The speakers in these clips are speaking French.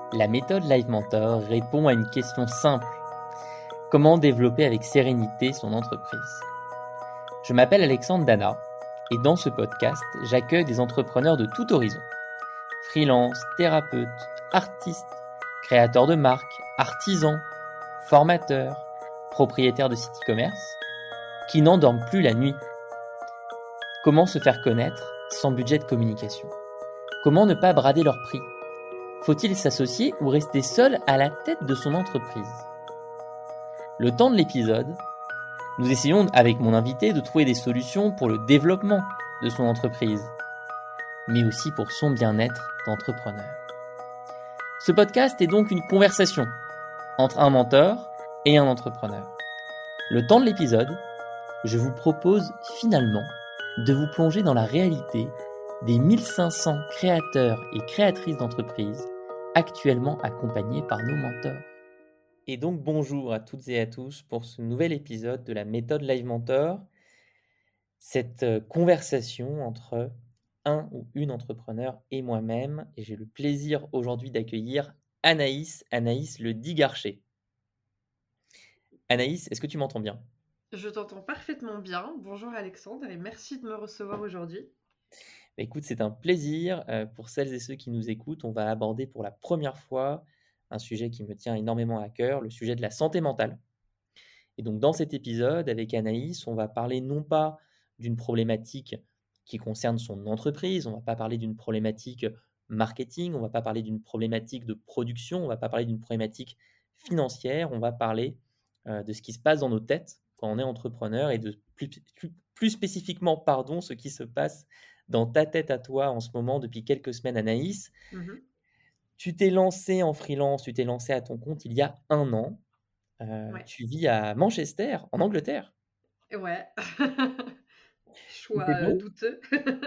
La méthode Live Mentor répond à une question simple. Comment développer avec sérénité son entreprise? Je m'appelle Alexandre Dana et dans ce podcast, j'accueille des entrepreneurs de tout horizon. Freelance, thérapeutes, artistes, créateurs de marques, artisans, formateurs, propriétaires de sites e-commerce qui n'endorment plus la nuit. Comment se faire connaître sans budget de communication? Comment ne pas brader leur prix? Faut-il s'associer ou rester seul à la tête de son entreprise? Le temps de l'épisode, nous essayons avec mon invité de trouver des solutions pour le développement de son entreprise, mais aussi pour son bien-être d'entrepreneur. Ce podcast est donc une conversation entre un mentor et un entrepreneur. Le temps de l'épisode, je vous propose finalement de vous plonger dans la réalité des 1500 créateurs et créatrices d'entreprises actuellement accompagnés par nos mentors. Et donc bonjour à toutes et à tous pour ce nouvel épisode de la méthode Live Mentor, cette conversation entre un ou une entrepreneur et moi-même. Et j'ai le plaisir aujourd'hui d'accueillir Anaïs Le Digarché. Anaïs, est-ce que tu m'entends bien? Je t'entends parfaitement bien. Bonjour Alexandre et merci de me recevoir aujourd'hui. Écoute, c'est un plaisir. Pour celles et ceux qui nous écoutent, on va aborder pour la première fois un sujet qui me tient énormément à cœur, le sujet de la santé mentale. Et donc dans cet épisode, avec Anaïs, on va parler non pas d'une problématique qui concerne son entreprise, on ne va pas parler d'une problématique marketing, on ne va pas parler d'une problématique de production, on ne va pas parler d'une problématique financière, on va parler de ce qui se passe dans nos têtes quand on est entrepreneur et de plus spécifiquement, ce qui se passe dans ta tête à toi en ce moment depuis quelques semaines, Anaïs. Mhm. Tu t'es lancé en freelance, tu t'es lancé à ton compte il y a 1 an. Ouais. Tu vis à Manchester, en Angleterre. Ouais. Il fait Choix beau? douteux.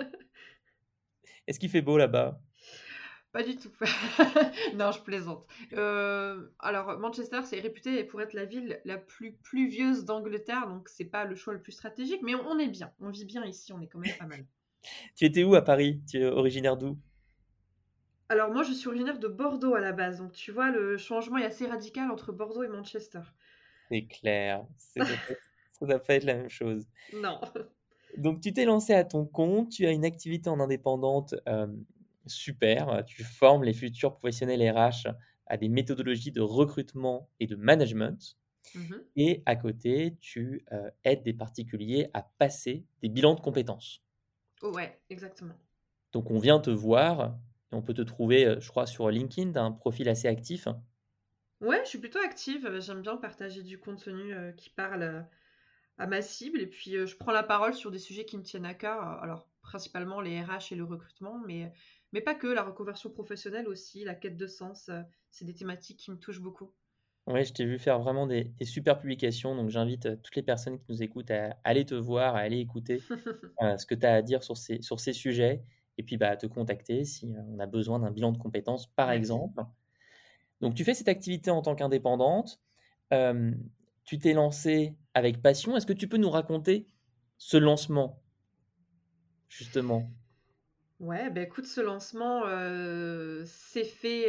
Est-ce qu'il fait beau là-bas? Pas du tout. Non, je plaisante. Alors, Manchester, c'est réputé pour être la ville la plus pluvieuse d'Angleterre, donc c'est pas le choix le plus stratégique, mais on est bien. On vit bien ici, on est quand même pas mal. Tu étais où à Paris? Tu es originaire d'où? Alors, moi, je suis originaire de Bordeaux à la base, donc tu vois, le changement est assez radical entre Bordeaux et Manchester. C'est clair, ça doit pas être la même chose. Non. Donc tu t'es lancé à ton compte, tu as une activité en indépendante, super, tu formes les futurs professionnels RH à des méthodologies de recrutement et de management Mhm. et à côté, tu, aides des particuliers à passer des bilans de compétences. Ouais, exactement. Donc on vient te voir et on peut te trouver, je crois sur LinkedIn, tu as un profil assez actif. Ouais, je suis plutôt active, j'aime bien partager du contenu, qui parle, à ma cible et puis, je prends la parole sur des sujets qui me tiennent à cœur, alors principalement les RH et le recrutement, mais pas que, la reconversion professionnelle aussi, la quête de sens, c'est des thématiques qui me touchent beaucoup. Ouais, je t'ai vu faire vraiment des super publications, donc j'invite, toutes les personnes qui nous écoutent à aller te voir, à aller écouter, ce que tu as à dire sur ces sujets et puis, bah, à te contacter si, on a besoin d'un bilan de compétences, par Merci. exemple. Donc tu fais cette activité en tant qu'indépendante, hem, tu t'es lancée avec passion. Est-ce que tu peux nous raconter ce lancement, justement? Ouais, bah, écoute, ce lancement, s'est fait,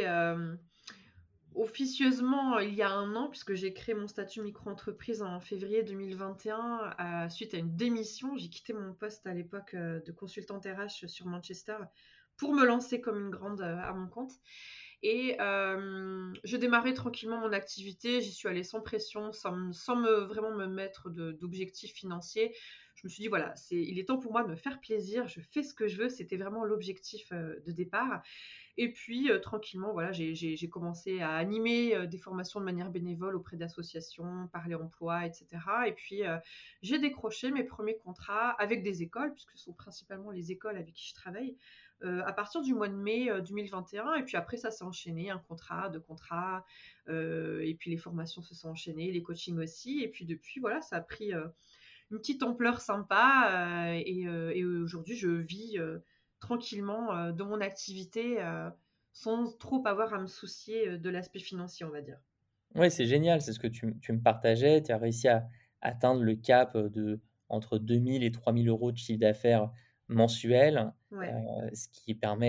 officieusement, il y a 1 an puisque j'ai créé mon statut micro-entreprise en février 2021, suite à une démission. J'ai quitté mon poste à l'époque, de consultante RH sur Manchester pour me lancer comme une grande, à mon compte et je démarrais tranquillement mon activité. J'y suis allée sans pression, sans vraiment me mettre d'objectifs financiers. Je me suis dit: «Voilà, il est temps pour moi de me faire plaisir, je fais ce que je veux». C'était vraiment l'objectif, de départ et puis, tranquillement, voilà, j'ai commencé à animer, des formations de manière bénévole auprès d'associations, parler emploi et cetera et puis, j'ai décroché mes premiers contrats avec des écoles, puisque ce sont principalement les écoles avec qui je travaille, à partir du mois de mai, 2021 et puis après ça s'est enchaîné, 1 contrat, 2 contrats, et puis les formations se sont enchaînées, les coachings aussi et puis depuis, voilà, ça a pris, une petite ampleur sympa, et aujourd'hui je vis, tranquillement, de mon activité, sans trop avoir à me soucier, de l'aspect financier, on va dire. Ouais, c'est génial, c'est ce que tu me partageais. Tu as réussi à atteindre le cap, de entre 2 000 et 3 000 € de chiffre d'affaires mensuel, Ouais. ce qui permet,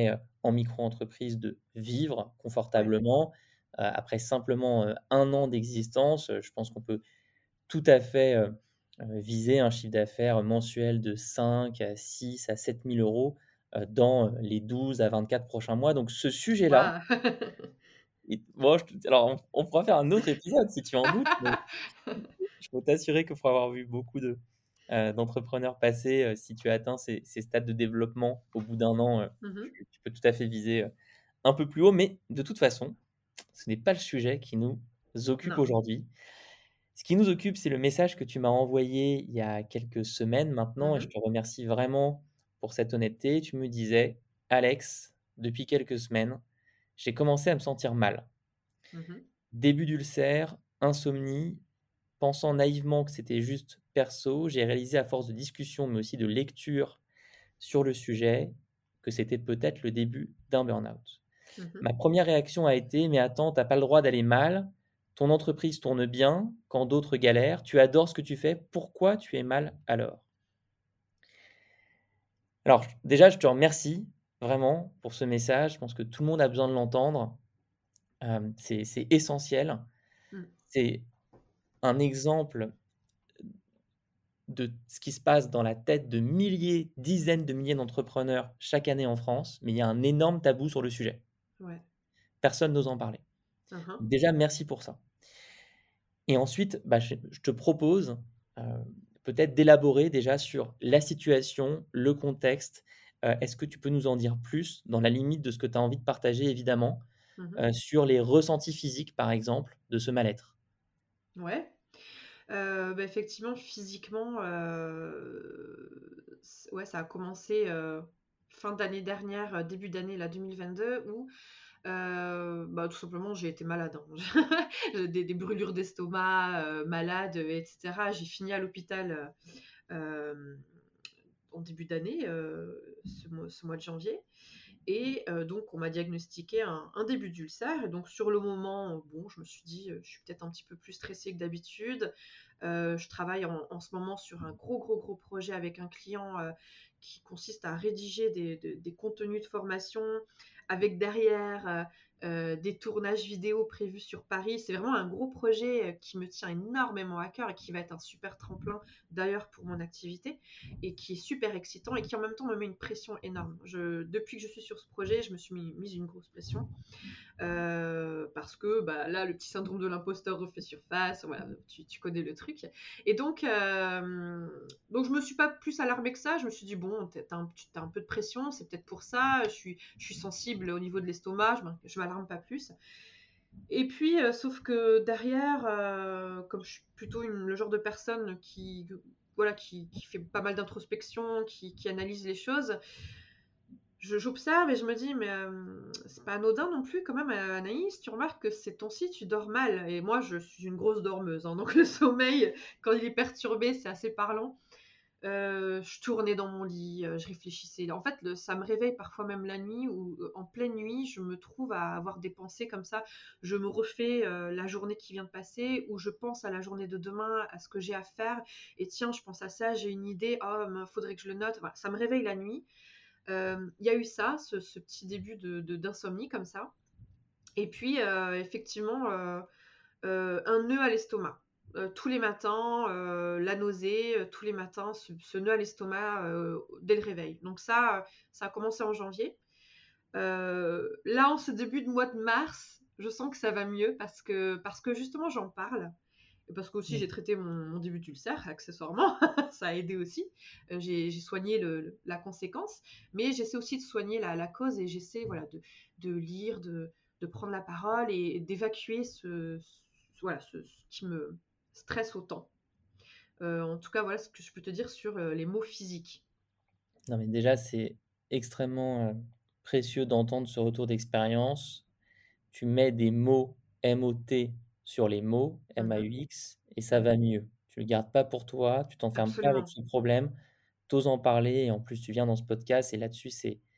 en micro-entreprise de vivre Ouais. confortablement. Après simplement, 1 an d'existence, je pense qu'on peut tout à fait, viser un chiffre d'affaires mensuel de 5 à 6 à 7 000 € dans les 12 à 24 prochains mois. Donc ce sujet-là, Waouh! bon, alors on pourra faire un autre épisode si tu en doutes, mais je peux t'assurer que pour avoir vu beaucoup d'entrepreneurs passer, si tu atteins ces stades de développement au bout d'un an, Mmh. tu peux tout à fait viser, un peu plus haut. Mais de toute façon, ce n'est pas le sujet qui nous occupe Non. aujourd'hui. Ce qui nous occupe, c'est le message que tu m'as envoyé il y a quelques semaines maintenant et je Mmh. te remercie vraiment pour cette honnêteté. Tu me disais: «Alex, depuis quelques semaines, j'ai commencé à me sentir mal. Mmh. Début d'ulcère, insomnie, pensant naïvement que c'était juste perso, j'ai réalisé à force de discussion, mais aussi de lecture sur le sujet, que c'était peut-être le début d'un burn-out. Mmh. Ma première réaction a été: «Mais attends, tu as pas le droit d'aller mal. Ton entreprise tourne bien quand d'autres galèrent. Tu adores ce que tu fais. Pourquoi tu es mal alors?» Alors déjà, je te remercie vraiment pour ce message. Je pense que tout le monde a besoin de l'entendre. C'est essentiel. Mmh. C'est un exemple de ce qui se passe dans la tête de milliers, dizaines de milliers d'entrepreneurs chaque année en France, mais il y a un énorme tabou sur le sujet. Ouais. Personne n'ose en parler. Mmh. Déjà, merci pour ça. Et ensuite, bah, je te propose, heu, peut-être d'élaborer déjà sur la situation, le contexte. Est-ce que tu peux nous en dire plus, dans la limite de ce que tu as envie de partager évidemment, Mmh. sur les ressentis physiques, par exemple, de ce mal-être? Ouais. Bah, effectivement, physiquement, ouais, ça a commencé, fin d'année dernière, début d'année là 2022 où, bah, tout simplement j'ai été malade, hein. Des brûlures d'estomac, malade, et cetera. J'ai fini à l'hôpital, hem, en début d'année, ce mois de janvier. Et donc on m'a diagnostiqué un début d'ulcère et donc sur le moment, bon, je me suis dit, «Je suis peut-être un petit peu plus stressée que d'habitude». Je travaille en ce moment sur un gros projet avec un client, qui consiste à rédiger des contenus de formation avec derrière, des tournages vidéo prévus sur Paris. C'est vraiment un gros projet, qui me tient énormément à cœur et qui va être un super tremplin d'ailleurs pour mon activité et qui est super excitant et qui en même temps me met une pression énorme. Depuis que je suis sur ce projet, je me suis mise une grosse pression. Parce que bah, là, le petit syndrome de l'imposteur refait surface, voilà, tu connais le truc. Et donc je me suis pas plus alarmée que ça, je me suis dit, bon, t'as un peu de pression, c'est peut-être pour ça, je suis sensible au niveau de l'estomac, je m'alarme pas plus. Et puis, sauf que derrière, comme je suis plutôt le genre de personne voilà, qui fait pas mal d'introspection, qui analyse les choses, j'observe et je me dis, mais c'est pas anodin non plus quand même, Anaïs, tu remarques que ces temps-ci, tu dors mal. Et moi, je suis une grosse dormeuse, hein, donc le sommeil, quand il est perturbé, c'est assez parlant. Je tournais dans mon lit, je réfléchissais. En fait, ça me réveille parfois même la nuit ou en pleine nuit, je me trouve à avoir des pensées comme ça. Je me refais la journée qui vient de passer ou je pense à la journée de demain, à ce que j'ai à faire. Et tiens, je pense à ça, j'ai une idée, oh, faudrait que je le note. Voilà, ça me réveille la nuit. Il y a eu ça, ce petit début d'insomnie comme ça. Et puis, effectivement, un nœud à l'estomac. Tous les matins, la nausée, tous les matins, ce nœud à l'estomac dès le réveil. Donc ça a commencé en janvier. Là, en ce début de mois de mars, je sens que ça va mieux parce que justement j'en parle. Et parce qu'aussi j'ai Mmh. traité mon début d'ulcère, accessoirement, ça a aidé aussi. J'ai soigné la conséquence, mais j'essaie aussi de soigner la cause et j'essaie voilà, de lire, de prendre la parole et d'évacuer voilà, ce qui me stresse autant. En tout cas, voilà ce que je peux te dire sur les mots physiques. Non, mais déjà, c'est extrêmement, précieux d'entendre ce retour d'expérience. Tu mets des mots, M-O-T, sur les mots, Mhm. M-A-U-X, et ça Ouais, va mieux. Tu le gardes pas pour toi, tu t'enfermes pas avec absolument. ce problème, tu oses en parler et en plus tu viens dans ce podcast et là-dessus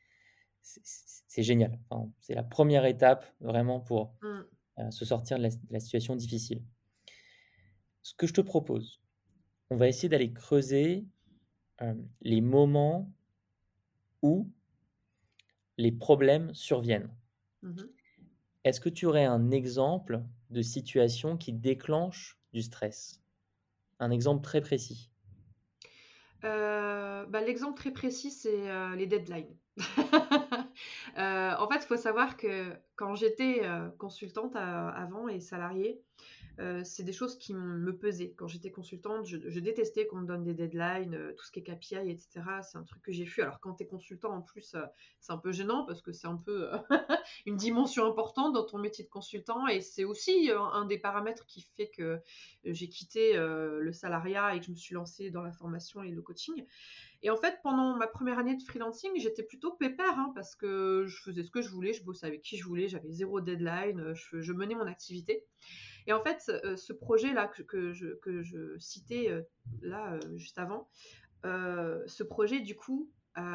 c'est génial. Enfin, c'est la première étape vraiment pour, Mm. se sortir de la situation difficile. Ce que je te propose, on va essayer d'aller creuser, les moments où les problèmes surviennent. Mmh. Est-ce que tu aurais un exemple de situation qui déclenche du stress? Un exemple très précis? Bah, l'exemple très précis, c'est, les deadlines. En fait, il faut savoir que quand j'étais, consultante avant et salariée, c'est des choses qui me pesaient. Quand j'étais consultante, je détestais qu'on me donne des deadlines, tout ce qui est KPI et cetera. C'est un truc que j'ai fui. Alors quand tu es consultant en plus, c'est un peu gênant parce que c'est un peu, une dimension importante dans ton métier de consultant et c'est aussi, un des paramètres qui fait que, j'ai quitté, le salariat et que je me suis lancée dans la formation et le coaching. Et en fait, pendant ma première année de freelancing, j'étais plutôt pépère, hein, parce que je faisais ce que je voulais, je bossais avec qui je voulais, j'avais zéro deadline, je menais mon activité. Et en fait, ce projet-là que je citais là juste avant, ce projet, du coup,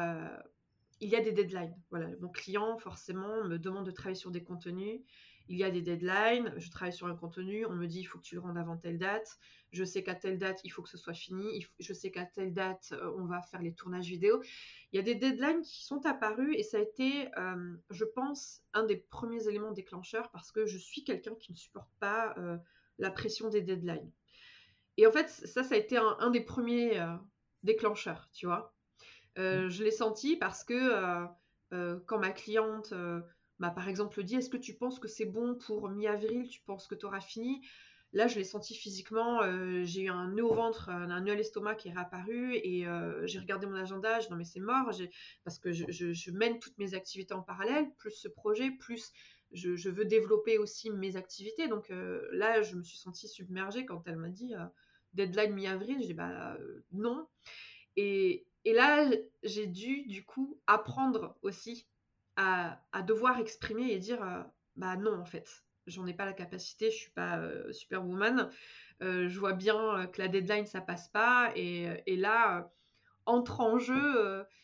il y a des deadlines. Voilà, mon client, forcément, me demande de travailler sur des contenus. Il y a des deadlines. Je travaille sur un contenu. On me dit, il faut que tu le rendes avant telle date. Je sais qu'à telle date, il faut que ce soit fini. Je sais qu'à telle date, on va faire les tournages vidéo. Il y a des deadlines qui sont apparus et ça a été, je pense, un des premiers éléments déclencheurs parce que je suis quelqu'un qui ne supporte pas la pression des deadlines. Et en fait, ça a été un des premiers déclencheurs, tu vois. Je l'ai senti parce que quand ma cliente m'a par exemple dit: «Est-ce que tu penses que c'est bon pour mi-avril? Tu penses que tu auras fini?» Là, je l'ai senti physiquement, j'ai eu un nœud au ventre, un nœud à l'estomac qui est réapparu et j'ai regardé mon agenda, j'ai dit: «Non mais c'est mort», parce que je mène toutes mes activités en parallèle, plus ce projet, plus je veux développer aussi mes activités donc là, je me suis sentie submergée quand elle m'a dit, «Deadline mi-avril», j'ai dit: «Bah, non». Et là, j'ai dû, du coup, apprendre aussi à devoir exprimer et dire bah non, en fait, j'en ai pas la capacité, je suis pas superwoman. Je vois bien que la deadline, ça passe pas. Et là, entre en jeu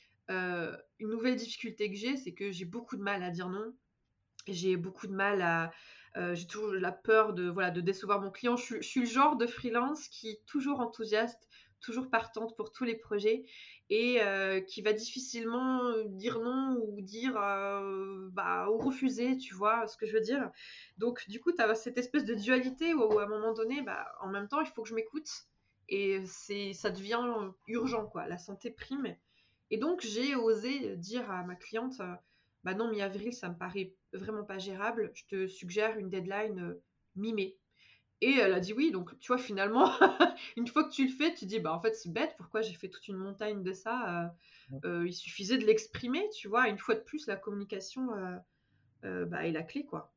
une nouvelle difficulté que j'ai, c'est que j'ai beaucoup de mal à dire non. J'ai beaucoup de mal à. J'ai toujours la peur de, voilà, de décevoir mon client. Je suis le genre de freelance qui est toujours enthousiaste, toujours partante pour tous les projets et qui va difficilement dire non ou dire bah, ou refuser, tu vois ce que je veux dire. Donc, du coup, tu as cette espèce de dualité où à un moment donné, bah, en même temps, il faut que je m'écoute et ça devient urgent, quoi. La santé prime. Et donc, j'ai osé dire à ma cliente bah non, mi-avril, ça me paraît vraiment pas gérable. Je te suggère une deadline mi-mai. Et elle a dit oui. Donc, tu vois, finalement, une fois que tu le fais, tu dis, bah en fait, c'est bête. Pourquoi j'ai fait toute une montagne de ça il suffisait de l'exprimer, tu vois. Une fois de plus, la communication bah, est la clé, quoi.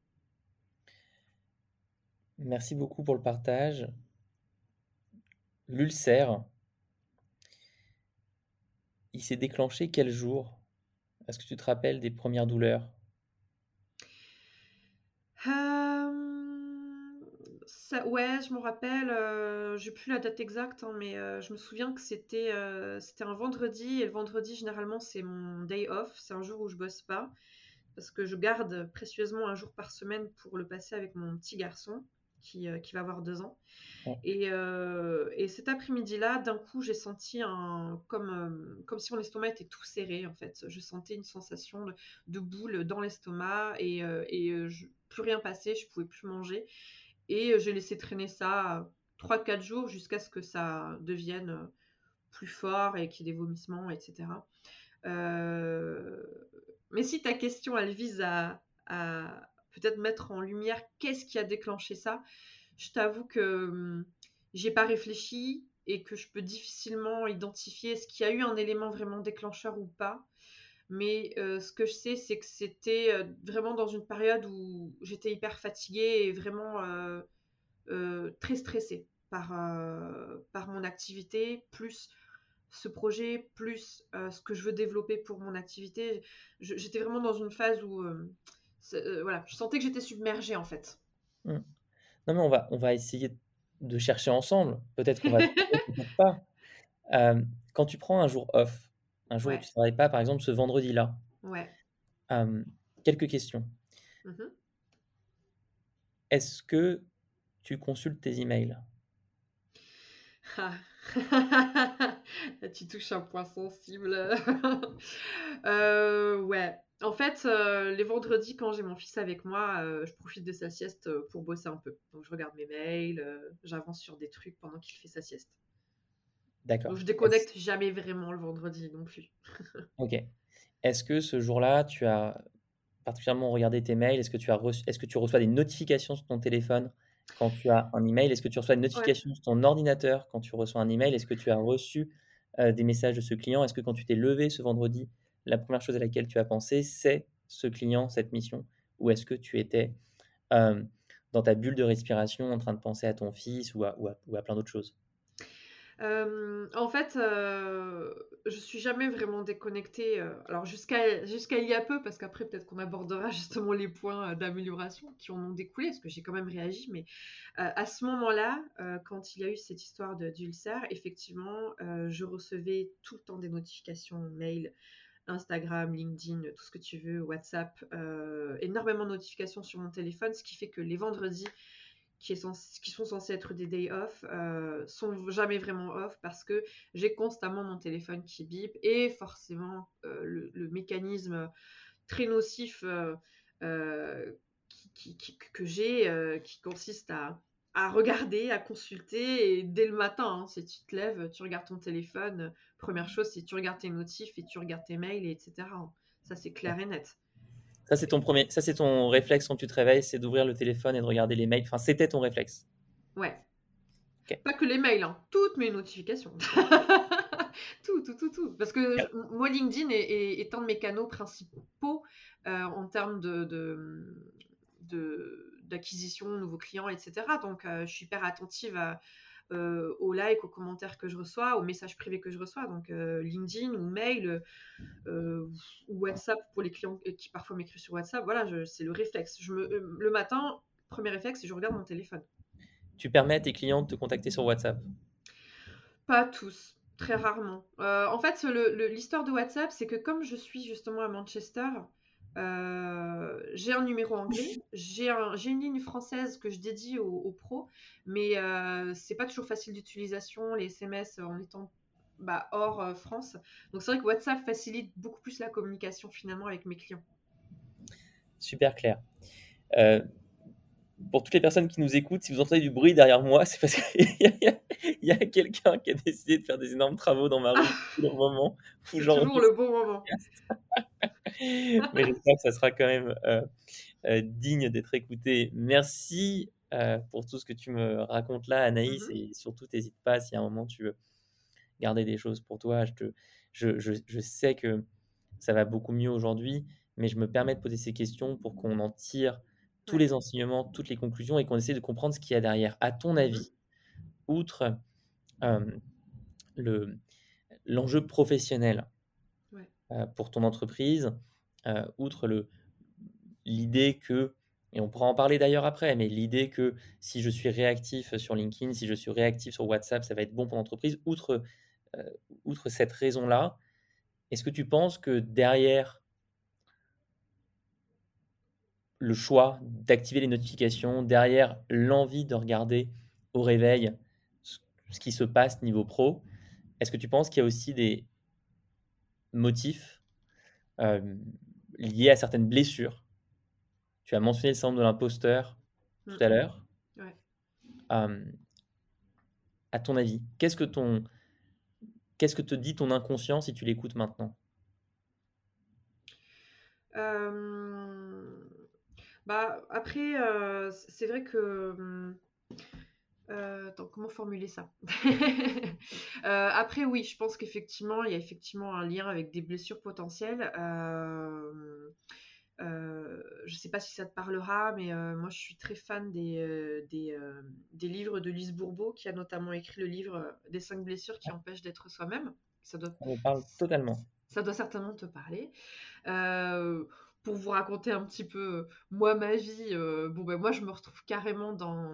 Merci beaucoup pour le partage. L'ulcère, il s'est déclenché quel jour? Est-ce que tu te rappelles des premières douleurs? Ouais, je me rappelle, j'ai plus la date exacte, hein, mais je me souviens que c'était un vendredi et le vendredi, généralement, c'est mon day off. C'est un jour où je bosse pas parce que je garde précieusement un jour par semaine pour le passer avec mon petit garçon qui va avoir 2 ans. Ouais. Et cet après-midi-là, d'un coup, j'ai senti comme si mon estomac était tout serré, en fait. Je sentais une sensation de boule dans l'estomac et plus rien passait, je pouvais plus manger. Et j'ai laissé traîner ça 3-4 jours jusqu'à ce que ça devienne plus fort et qu'il y ait des vomissements, etc. Euh, Mais si ta question, elle vise à peut-être mettre en lumière qu'est-ce qui a déclenché ça, je t'avoue que j'ai pas réfléchi et que je peux difficilement identifier est-ce qu'il y a eu un élément vraiment déclencheur ou pas. Mais ce que je sais, c'est que c'était vraiment dans une période où j'étais hyper fatiguée et vraiment très stressée par mon activité, plus ce projet, plus ce que je veux développer pour mon activité. J'étais vraiment dans une phase où voilà, je sentais que j'étais submergée en fait. Mmh. Non, mais on va essayer de chercher ensemble. Peut-être qu'on va trouver, peut-être pas. Quand tu prends un jour off, un jour où tu Ouais, ne travailles pas, par exemple ce vendredi-là, ouais. hem, quelques questions. Mhm. Est-ce que tu consultes tes emails? Ah. Tu touches un point sensible. Ouais. En fait, les vendredis, quand j'ai mon fils avec moi, je profite de sa sieste pour bosser un peu. Donc, je regarde mes mails, j'avance sur des trucs pendant qu'il fait sa sieste. Donc, D'accord. je déconnecte jamais vraiment le vendredi non plus. Ok. Est-ce que ce jour-là, tu as particulièrement regardé tes mails? Est-ce que tu reçois des notifications sur ton téléphone quand tu as un email? Est-ce que tu reçois des Ouais. notifications sur ton ordinateur quand tu reçois un email? Est-ce que tu as reçu des messages de ce client? Est-ce que quand tu t'es levé ce vendredi, la première chose à laquelle tu as pensé, c'est ce client, cette mission? Ou est-ce que tu étais euh, dans ta bulle de respiration en train de penser à ton fils ou à plein d'autres choses? En fait, je suis jamais vraiment déconnectée, alors jusqu'à il y a peu, parce qu'après peut-être qu'on abordera justement les points, d'amélioration qui en ont découlé, parce que j'ai quand même réagi. Mais, à ce moment-là, quand il y a eu cette histoire d'ulcère, effectivement, je recevais tout le temps des notifications mail, Instagram, LinkedIn, tout ce que tu veux, WhatsApp, énormément de notifications sur mon téléphone, ce qui fait que les vendredis qui sont censés être des days off, sont jamais vraiment off parce que j'ai constamment mon téléphone qui bip et forcément le mécanisme très nocif que j'ai, qui consiste à regarder, à consulter, et dès le matin, hein, si tu te lèves, tu regardes ton téléphone, première chose, c'est tu regardes tes notifs et tu regardes tes mails, etc. Ça, c'est clair et net. Ça, c'est ton réflexe quand tu te réveilles, c'est d'ouvrir le téléphone et de regarder les mails. Enfin, c'était ton réflexe. Ouais. Ok. Pas que les mails, hein, toutes mes notifications. Tout, tout, tout, tout. Parce que moi, LinkedIn est un de mes canaux principaux en termes d'acquisition, de nouveaux clients, etc. Donc, je suis hyper attentive aux likes, aux commentaires que je reçois, aux messages privés que je reçois. Donc, LinkedIn ou mail ou WhatsApp pour les clients qui parfois m'écrivent sur WhatsApp. Voilà, c'est le réflexe. Le matin, premier réflexe, c'est je regarde mon téléphone. Tu permets à tes clients de te contacter sur WhatsApp. Pas tous, très rarement. En fait, l'histoire de WhatsApp, c'est que comme je suis justement à Manchester, j'ai un numéro anglais, j'ai une ligne française que je dédie aux pros, mais c'est pas toujours facile d'utilisation, les SMS en étant hors France. Donc c'est vrai que WhatsApp facilite beaucoup plus la communication finalement avec mes clients. Super clair. Euh, pour toutes les personnes qui nous écoutent, si vous entendez du bruit derrière moi, c'est parce qu'il y a quelqu'un qui a décidé de faire des énormes travaux dans ma rue Ah, au moment où c'est toujours le j'enregistre. bon moment. Mais j'espère que ça sera quand même digne d'être écouté. Merci pour tout ce que tu me racontes là, Anaïs, Mhm. et surtout, n'hésite pas si à un moment tu veux garder des choses pour toi. Je sais que ça va beaucoup mieux aujourd'hui, mais je me permets de poser ces questions pour qu'on en tire tous Ouais. les enseignements, toutes les conclusions et qu'on essaie de comprendre ce qu'il y a derrière. À ton Mhm. avis, outre euh, le, l'enjeu professionnel Ouais. pour ton entreprise, outre l'idée que, et on pourra en parler d'ailleurs après, mais l'idée que si je suis réactif sur LinkedIn, si je suis réactif sur WhatsApp, ça va être bon pour l'entreprise, euh, outre cette raison-là, est-ce que tu penses que derrière le choix d'activer les notifications, derrière l'envie de regarder au réveil ce qui se passe niveau pro, est-ce que tu penses qu'il y a aussi des motifs euh, liés à certaines blessures? Tu as mentionné le syndrome de l'imposteur tout Mm. à l'heure. Ouais. Euh, à ton avis, qu'est-ce que te dit ton inconscient si tu l'écoutes maintenant? Euh, après, c'est vrai que. Attends, comment formuler ça? Après, oui, je pense qu'effectivement, il y a effectivement un lien avec des blessures potentielles. Je sais pas si ça te parlera, mais moi, je suis très fan des livres de Lise Bourbeau, qui a notamment écrit le livre des 5 blessures qui empêchent d'être soi-même. Ça doit, Ça me parle totalement. ça doit certainement te parler. Euh, pour vous raconter un petit peu moi ma vie, moi je me retrouve carrément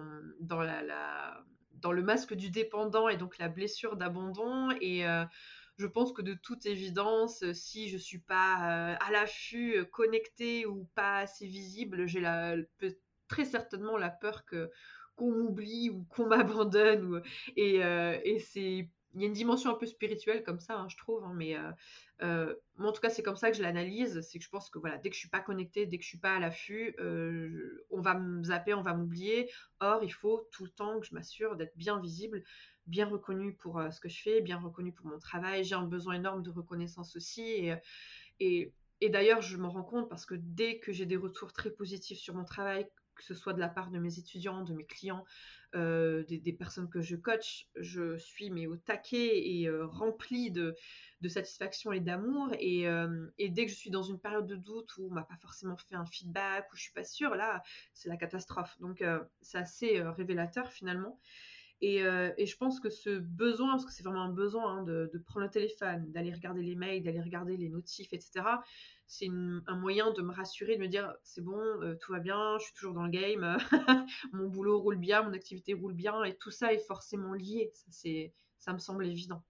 dans le masque du dépendant et donc la blessure d'abandon. Et je pense que de toute évidence, si je suis pas à l'affût, connectée ou pas assez visible, très certainement la peur que qu'on m'oublie ou qu'on m'abandonne. Et c'est il y a une dimension un peu spirituelle comme ça, hein, je trouve, hein, mais moi, en tout cas, c'est comme ça que je l'analyse. C'est que je pense que voilà, dès que je suis pas connectée, dès que je suis pas à l'affût, on va me zapper, on va m'oublier. Or, il faut tout le temps que je m'assure d'être bien visible, bien reconnue pour ce que je fais, bien reconnue pour mon travail. J'ai un besoin énorme de reconnaissance aussi. Et, et d'ailleurs, je m'en rends compte parce que dès que j'ai des retours très positifs sur mon travail, que ce soit de la part de mes étudiants, de mes clients, des personnes que je coach, je suis mais au taquet et remplie de satisfaction et d'amour. Et dès que je suis dans une période de doute où on m'a pas forcément fait un feedback, où je suis pas sûre, là, c'est la catastrophe. Donc, c'est assez révélateur finalement. Et je pense que ce besoin, parce que c'est vraiment un besoin hein, de prendre le téléphone, d'aller regarder les mails, d'aller regarder les notifs, etc., c'est un moyen de me rassurer, de me dire c'est bon, tout va bien, je suis toujours dans le game, mon boulot roule bien, mon activité roule bien, et tout ça est forcément lié. Ça me semble évident.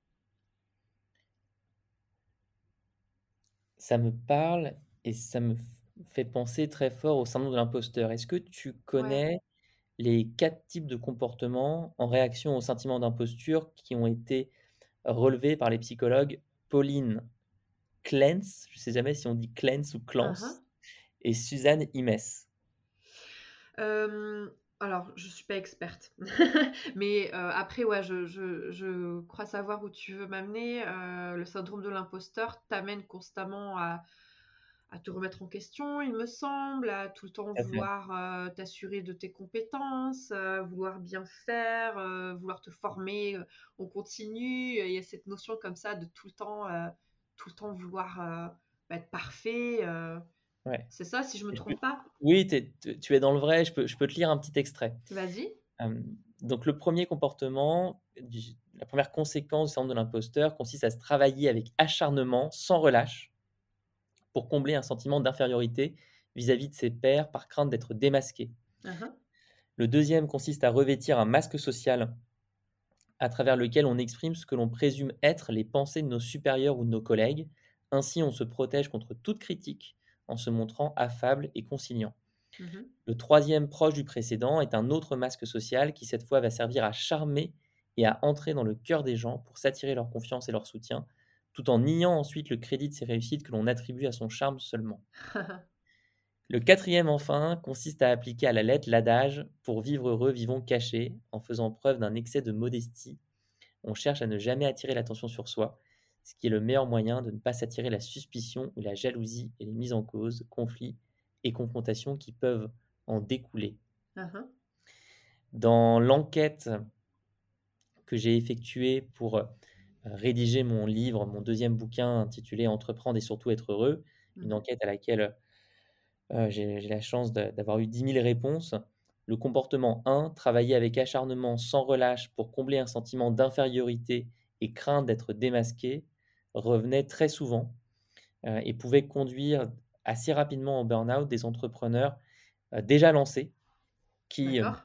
Ça me parle et ça me fait penser très fort au syndrome de l'imposteur. Est-ce que tu Ouais. connais les 4 types de comportements en réaction au sentiment d'imposture qui ont été relevés par les psychologues Pauline Clance, je ne sais jamais si on dit Clance ou Uhum. Clance, et Suzanne Imes. Euh, alors, je suis pas experte, mais après, ouais, je crois savoir où tu veux m'amener. Le syndrome de l'imposteur t'amène constamment à te remettre en question, il me semble, à tout le temps Tout à fait. vouloir t'assurer de tes compétences, vouloir bien faire, vouloir te former en continu. Il y a cette notion comme ça de tout le temps vouloir être parfait. Ouais. C'est ça, si je me Je peux trompe pas? oui, tu es dans le vrai, je peux te lire un petit extrait. Vas-y. Donc le premier comportement, la première conséquence du syndrome de l'imposteur consiste à se travailler avec acharnement, sans relâche, pour combler un sentiment d'infériorité vis-à-vis de ses pairs par crainte d'être démasqué. Uhum. Le deuxième consiste à revêtir un masque social à travers lequel on exprime ce que l'on présume être les pensées de nos supérieurs ou de nos collègues. Ainsi, on se protège contre toute critique en se montrant affable et conciliant. Mhm. Le troisième, proche du précédent, est un autre masque social qui cette fois va servir à charmer et à entrer dans le cœur des gens pour s'attirer leur confiance et leur soutien, tout en niant ensuite le crédit de ses réussites que l'on attribue à son charme seulement. Le quatrième, enfin, consiste à appliquer à la lettre l'adage pour vivre heureux, vivons cachés, en faisant preuve d'un excès de modestie. On cherche à ne jamais attirer l'attention sur soi, ce qui est le meilleur moyen de ne pas s'attirer la suspicion ou la jalousie et les mises en cause, conflits et confrontations qui peuvent en découler. Uhum. Dans l'enquête que j'ai effectuée pour rédiger mon livre, mon deuxième bouquin intitulé Entreprendre et surtout être heureux, une Mhm. enquête à laquelle j'ai la chance d'avoir eu 10 000 réponses. Le comportement 1, travailler avec acharnement sans relâche pour combler un sentiment d'infériorité et crainte d'être démasqué, revenait très souvent et pouvait conduire assez rapidement au burn-out des entrepreneurs déjà lancés qui D'accord.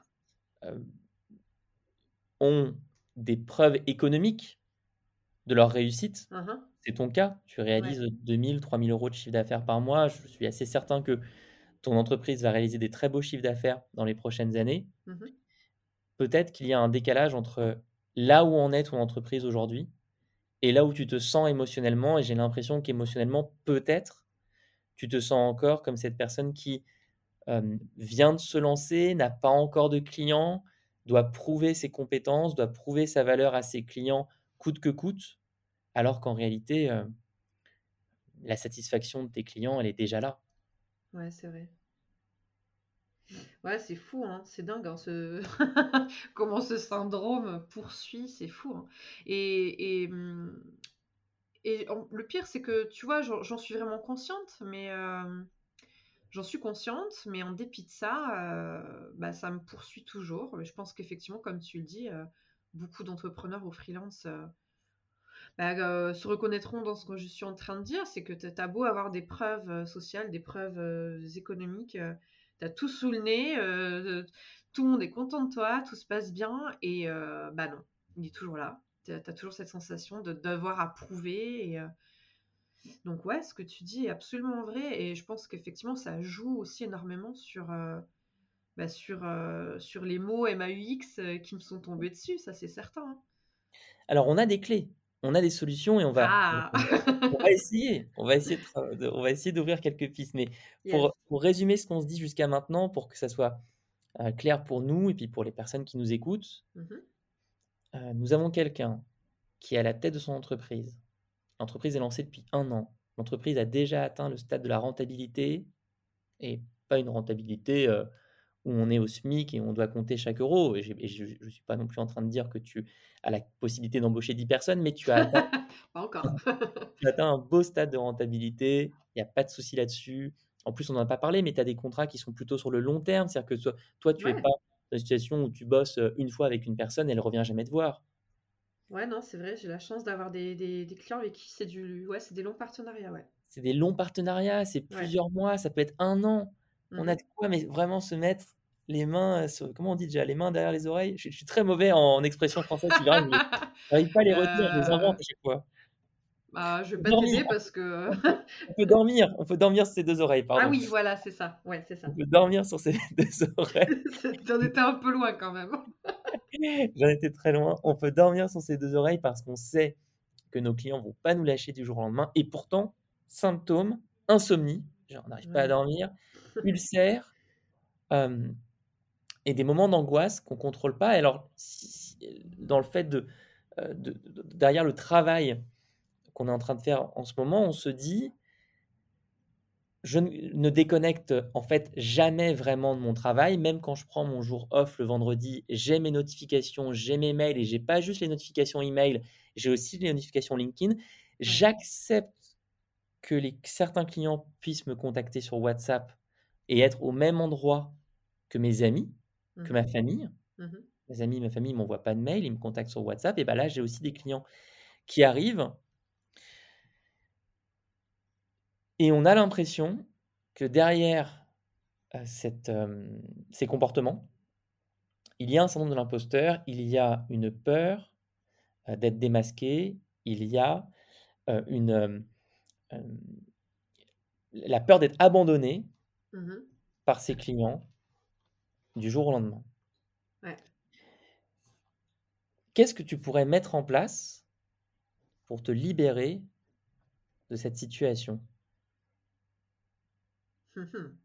ont des preuves économiques de leur réussite. Uhum. C'est ton cas, tu Ouais. réalises 2 000, 3 000 euros de chiffre d'affaires par mois. Je suis assez certain que ton entreprise va réaliser des très beaux chiffres d'affaires dans les prochaines années. Mhm. Peut-être qu'il y a un décalage entre là où en est ton entreprise aujourd'hui et là où tu te sens émotionnellement. Et j'ai l'impression qu'émotionnellement, peut-être, tu te sens encore comme cette personne qui vient de se lancer, n'a pas encore de clients, doit prouver ses compétences, doit prouver sa valeur à ses clients coûte que coûte, alors qu'en réalité, la satisfaction de tes clients, elle est déjà là. Ouais, c'est vrai. Ouais, c'est fou, hein. C'est dingue, hein, comment ce syndrome poursuit, c'est fou, hein. Et le pire, c'est que, tu vois, j'en suis vraiment consciente, mais j'en suis consciente, mais en dépit de ça, bah, ça me poursuit toujours. Mais je pense qu'effectivement, comme tu le dis, beaucoup d'entrepreneurs ou freelance bah, se reconnaîtront dans ce que je suis en train de dire. C'est que t'as beau avoir des preuves sociales, des preuves économiques, t'as tout sous le nez, tout le monde est content de toi, tout se passe bien, et bah non, il est toujours là. T'as toujours cette sensation de devoir à prouver. Donc ouais, ce que tu dis est absolument vrai, et je pense qu'effectivement ça joue aussi énormément sur les mots MAUX qui me sont tombés dessus, ça c'est certain, hein. Alors on a des clés, on a des solutions et Ah! on va essayer d'ouvrir quelques pistes. Mais Yes. pour résumer ce qu'on se dit jusqu'à maintenant, pour que ça soit, clair pour nous et puis pour les personnes qui nous écoutent, Mmh. nous avons quelqu'un qui est à la tête de son entreprise. L'entreprise est lancée depuis 1 an. L'entreprise a déjà atteint le stade de la rentabilité et pas une rentabilité, où on est au SMIC et on doit compter chaque euro et je suis pas non plus en train de dire que tu as la possibilité d'embaucher 10 personnes, mais Pas encore. tu as atteint un beau stade de rentabilité, il y a pas de souci là-dessus. En plus, on n'en a pas parlé, mais tu as des contrats qui sont plutôt sur le long terme. C'est-à-dire que toi, tu es Ouais. pas dans une situation où tu bosses, une fois avec une personne et elle revient jamais te voir. Ouais, non, c'est vrai, j'ai la chance d'avoir des clients avec qui c'est des longs partenariats, ouais. C'est des longs partenariats, c'est Ouais. plusieurs mois, ça peut être 1 an. On a Mmh. de quoi mais vraiment se mettre les mains, comment on dit déjà? Les mains derrière les oreilles? Je suis très mauvais en expressions françaises, c'est grave, mais j'arrive pas à les retenir, je les invente à chaque fois. Bah, je vais pas Dormir, t'aider parce que on peut dormir sur ses 2 oreilles, ah pardon. oui, voilà, c'est ça. Ouais, c'est On ça. peut dormir sur ses 2 oreilles. Tu en étais un peu loin quand même. J'en étais très loin. On peut dormir sur ses 2 oreilles parce qu'on sait que nos clients vont pas nous lâcher du jour au lendemain et pourtant, symptômes, insomnie, genre on n'arrive pas à Ouais. dormir, ulcères, hem et des moments d'angoisse qu'on contrôle pas. Et alors, dans le fait derrière le travail qu'on est en train de faire en ce moment, on se dit: «Je ne déconnecte en fait jamais vraiment de mon travail, même quand je prends mon jour off le vendredi, j'ai mes notifications, j'ai mes mails et j'ai pas juste les notifications email, j'ai aussi les notifications LinkedIn. Ouais. J'accepte que certains clients puissent me contacter sur WhatsApp et être au même endroit que mes amis, que Mmh ma mh. famille. Mmh. Mes amis, ma famille, ils m'envoient pas de mail, ils me contactent sur WhatsApp et bah, là, j'ai aussi des clients qui arrivent et on a l'impression que derrière, ces comportements, il y a un syndrome de l'imposteur, il y a une peur, d'être démasqué, il y a, une, hem, la peur d'être abandonné Mmh. par ses clients du jour au lendemain. Ouais. Qu'est-ce que tu pourrais mettre en place pour te libérer de cette situation? Mmh mh.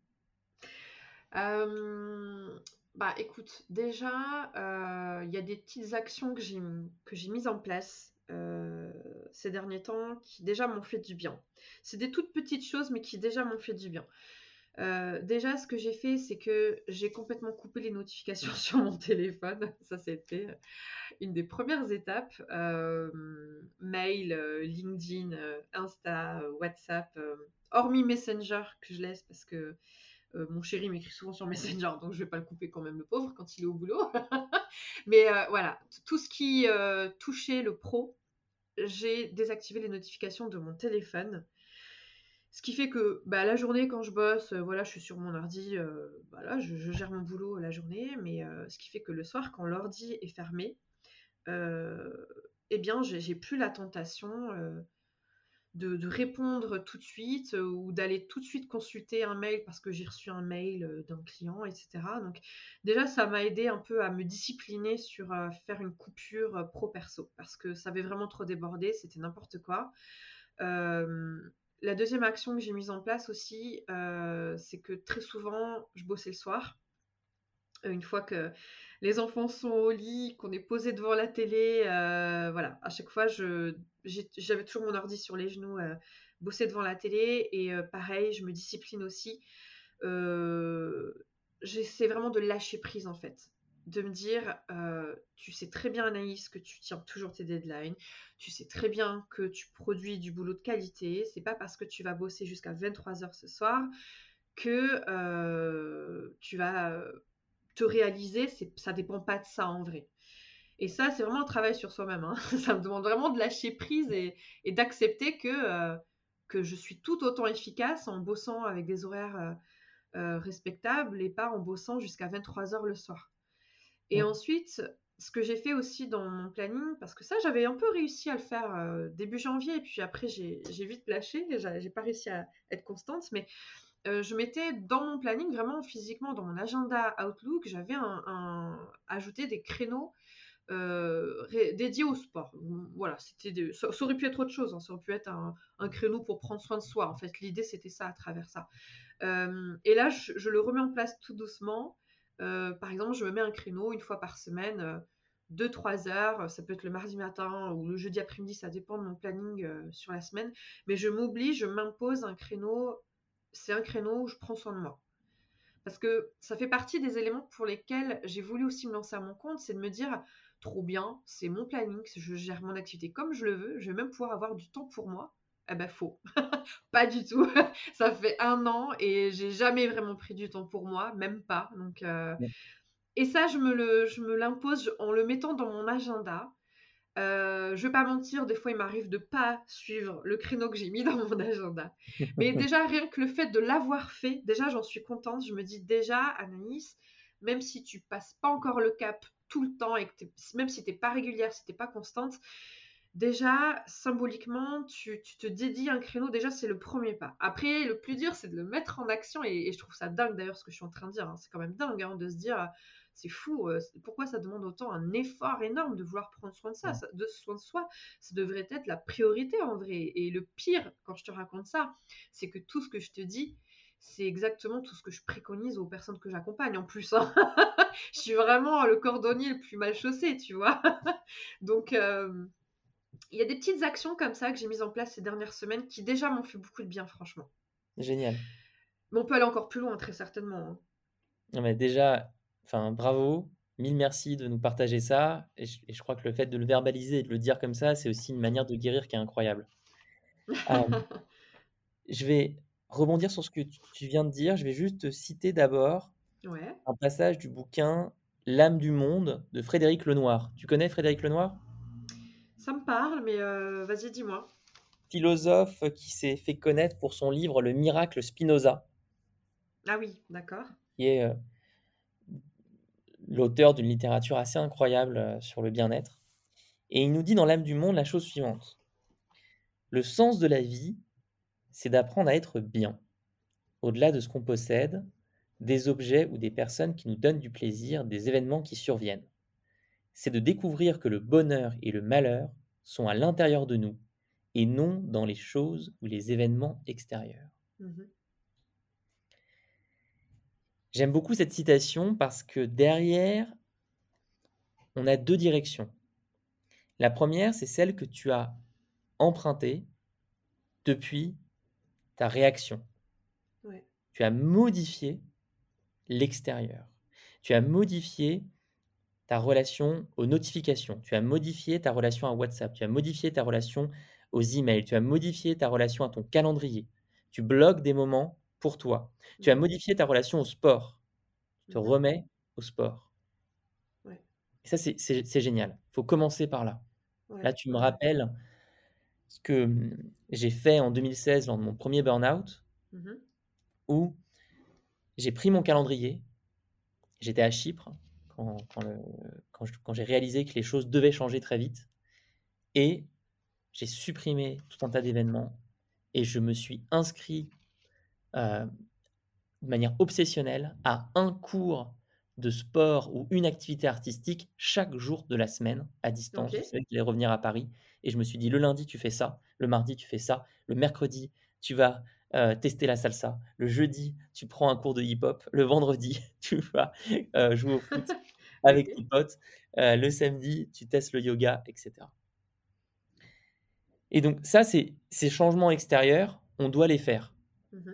Bah, écoute, déjà, il y a des petites actions que j'ai mises en place, ces derniers temps qui déjà m'ont fait du bien. C'est des toutes petites choses, mais qui déjà m'ont fait du bien. Déjà, ce que j'ai fait, c'est que j'ai complètement coupé les notifications sur mon téléphone. Ça, c'était, une des premières étapes. Mail, LinkedIn, Insta, WhatsApp, hormis Messenger que je laisse parce que, mon chéri m'écrit souvent sur Messenger, donc je vais pas le couper quand même, le pauvre, quand il est au boulot. Mais voilà, tout ce qui touchait le pro, j'ai désactivé les notifications de mon téléphone. Ce qui fait que bah, la journée, quand je bosse, voilà, je suis sur mon ordi, voilà, je gère mon boulot la journée, mais ce qui fait que le soir, quand l'ordi est fermé, euh, eh bien, j'ai plus la tentation de répondre tout de suite ou d'aller tout de suite consulter un mail parce que j'ai reçu un mail d'un client, etc. Donc déjà, ça m'a aidé un peu à me discipliner sur faire une coupure pro-perso parce que ça avait vraiment trop débordé, c'était n'importe quoi. Euh, la deuxième action que j'ai mise en place aussi, c'est que très souvent, je bossais le soir. Une fois que les enfants sont au lit, qu'on est posé devant la télé, voilà, à chaque fois, j'avais toujours mon ordi sur les genoux, bosser devant la télé et pareil, je me discipline aussi. J'essaie vraiment de lâcher prise, en fait. De me dire, tu sais très bien, Anaïs, que tu tiens toujours tes deadlines. Tu sais très bien que tu produis du boulot de qualité. C'est pas parce que tu vas bosser jusqu'à 23 heures ce soir que tu vas te réaliser, ça dépend pas de ça en vrai. Et ça, c'est vraiment un travail sur soi-même, hein. Ça me demande vraiment de lâcher prise et d'accepter que je suis tout autant efficace en bossant avec des horaires respectables et pas en bossant jusqu'à 23 heures le soir. Et Mmh. ensuite, ce que j'ai fait aussi dans mon planning, parce que ça, j'avais un peu réussi à le faire début janvier, et puis après, j'ai vite lâché, j'ai pas réussi à être constante, mais je mettais dans mon planning, vraiment physiquement, dans mon agenda Outlook, j'avais ajouté des créneaux dédié au sport. Voilà, ça aurait pu être autre chose, hein. Ça aurait pu être un créneau pour prendre soin de soi. En fait, l'idée, c'était ça à travers ça. Et là, je le remets en place tout doucement. Par exemple, je me mets un créneau une fois par semaine, 2-3 heures. Ça peut être le mardi matin ou le jeudi après-midi, ça dépend de mon planning sur la semaine. Mais je m'impose un créneau. C'est un créneau où je prends soin de moi. Parce que ça fait partie des éléments pour lesquels j'ai voulu aussi me lancer à mon compte, c'est de me dire, trop bien, c'est mon planning, je gère mon activité comme je le veux, je vais même pouvoir avoir du temps pour moi. Eh ben faux, pas du tout. Ça fait 1 an et j'ai jamais vraiment pris du temps pour moi, même pas. Donc, et ça, je me l'impose en le mettant dans mon agenda. Je vais pas mentir, des fois il m'arrive de pas suivre le créneau que j'ai mis dans mon agenda. Mais déjà, rien que le fait de l'avoir fait, déjà j'en suis contente. Je me dis déjà, Anaïs, même si tu passes pas encore le cap tout le temps et que même si t'es pas régulière, si t'es pas constante, déjà symboliquement, tu te dédies un créneau. Déjà, c'est le premier pas. Après, le plus dur, c'est de le mettre en action et je trouve ça dingue d'ailleurs ce que je suis en train de dire, hein. C'est quand même dingue, hein, de se dire c'est fou, pourquoi ça demande autant un effort énorme de vouloir prendre soin de ça, de soin de soi. Ça devrait être la priorité en vrai. Et le pire, quand je te raconte ça, c'est que tout ce que je te dis, c'est exactement tout ce que je préconise aux personnes que j'accompagne en plus, hein. Je suis vraiment le cordonnier le plus mal chaussé, tu vois. Donc, il y a des petites actions comme ça que j'ai mises en place ces dernières semaines qui déjà m'ont fait beaucoup de bien, franchement. Génial. Mais on peut aller encore plus loin, très certainement, hein. Non, mais déjà, enfin, bravo, mille merci de nous partager ça. Et je crois que le fait de le verbaliser et de le dire comme ça, c'est aussi une manière de guérir qui est incroyable. Je vais rebondir sur ce que tu viens de dire. Je vais juste citer d'abord Ouais, un passage du bouquin L'âme du monde de Frédéric Lenoir. Tu connais Frédéric Lenoir? ça me parle, mais vas-y, dis-moi. Philosophe qui s'est fait connaître pour son livre Le miracle Spinoza, Ah oui, d'accord. qui est l'auteur d'une littérature assez incroyable sur le bien-être. Et il nous dit dans L'âme du monde la chose suivante. Le sens de la vie, c'est d'apprendre à être bien, au-delà de ce qu'on possède, des objets ou des personnes qui nous donnent du plaisir, des événements qui surviennent. C'est de découvrir que le bonheur et le malheur sont à l'intérieur de nous et non dans les choses ou les événements extérieurs. Mhm. J'aime beaucoup cette citation parce que derrière, on a deux directions. La première, c'est celle que tu as empruntée depuis ta réaction. Ouais. Tu as modifié l'extérieur. Tu as modifié ta relation aux notifications. Tu as modifié ta relation à WhatsApp. Tu as modifié ta relation aux emails. Tu as modifié ta relation à ton calendrier. Tu bloques des moments pour toi. Tu as Mhm. modifié ta relation au sport. Tu te Mhm. remets au sport. Ouais. Et ça, c'est génial. Il faut commencer par là. Ouais. Là, tu me Ouais. rappelles ce que j'ai fait en 2016 lors de mon premier burn-out, Mhm. où j'ai pris mon calendrier. J'étais à Chypre quand j'ai réalisé que les choses devaient changer très vite. Et j'ai supprimé tout un tas d'événements et je me suis inscrit de manière obsessionnelle à un cours de sport ou une activité artistique chaque jour de la semaine à Ok. distance. Je savais que j'allais revenir à Paris et je me suis dit le lundi tu fais ça, le mardi tu fais ça, le mercredi tu vas tester la salsa, le jeudi tu prends un cours de hip-hop, le vendredi tu vas jouer au foot Ok. avec tes potes, le samedi tu testes le yoga, etc. Et donc ça, ces changements extérieurs, on doit les faire. Mhm.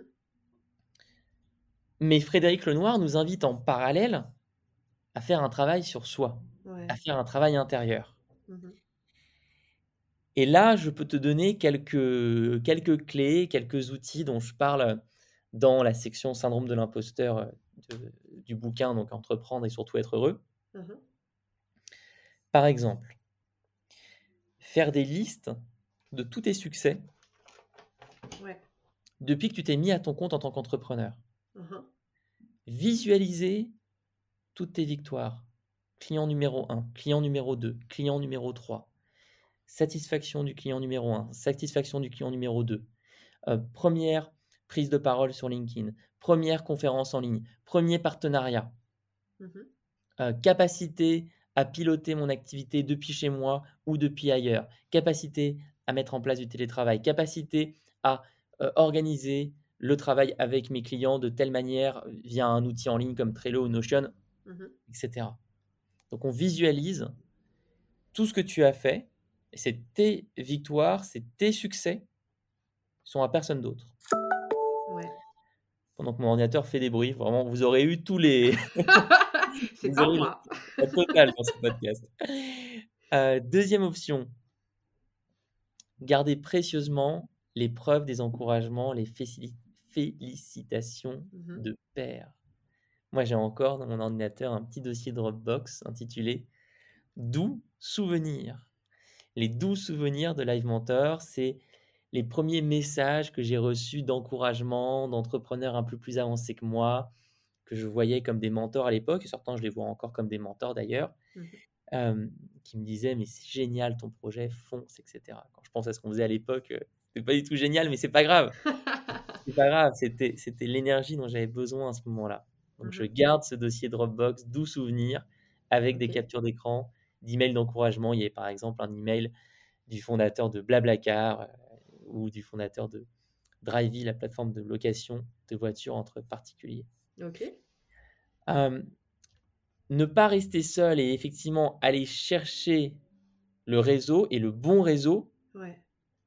Mais Frédéric Lenoir nous invite en parallèle à faire un travail sur soi, Ouais. à faire un travail intérieur. Mhm. Et là, je peux te donner quelques clés, quelques outils dont je parle dans la section syndrome de l'imposteur du bouquin, donc Entreprendre et surtout être heureux. Mhm. Par exemple, faire des listes de tous tes succès Ouais. depuis que tu t'es mis à ton compte en tant qu'entrepreneur. Mhm. Visualiser toutes tes victoires. Client numéro 1, client numéro 2, client numéro 3. Satisfaction du client numéro 1, satisfaction du client numéro 2. Première prise de parole sur LinkedIn, première conférence en ligne, premier partenariat, Mhm. capacité à piloter mon activité depuis chez moi ou depuis ailleurs, capacité à mettre en place du télétravail, capacité à, organiser le travail avec mes clients de telle manière via un outil en ligne comme Trello ou Notion, Mmh. et cetera. Donc on visualise tout ce que tu as fait et c'est tes victoires, c'est tes succès, sont à personne d'autre. Ouais. Pendant que mon ordinateur fait des bruits, vraiment, vous aurez eu tous les C'est vous pas aurez eu moi. la totale dans ce podcast. 2e option, garder précieusement les preuves des encouragements, les félicitations Mmh. de pairs. Moi, j'ai encore dans mon ordinateur un petit dossier Dropbox intitulé «Doux souvenirs». Les doux souvenirs de Live Mentor, c'est les premiers messages que j'ai reçus d'encouragement, d'entrepreneurs un peu plus avancés que moi, que je voyais comme des mentors à l'époque et certains je les vois encore comme des mentors d'ailleurs, Mmh. hem, qui me disaient: «Mais c'est génial ton projet, fonce» et cetera. Quand je pense à ce qu'on faisait à l'époque, c'était pas du tout génial, mais c'est pas grave. C'est pas grave, c'était l'énergie dont j'avais besoin à ce moment-là. Donc je Mmh. garde ce dossier Dropbox doux souvenirs avec des OK. captures d'écran, d'emails d'encouragement. Il y avait par exemple un email du fondateur de BlaBlaCar, ou du fondateur de Drivey, la plateforme de location de voitures entre particuliers. OK. Hem, Ne pas rester seul et effectivement aller chercher le réseau et le bon réseau Ouais.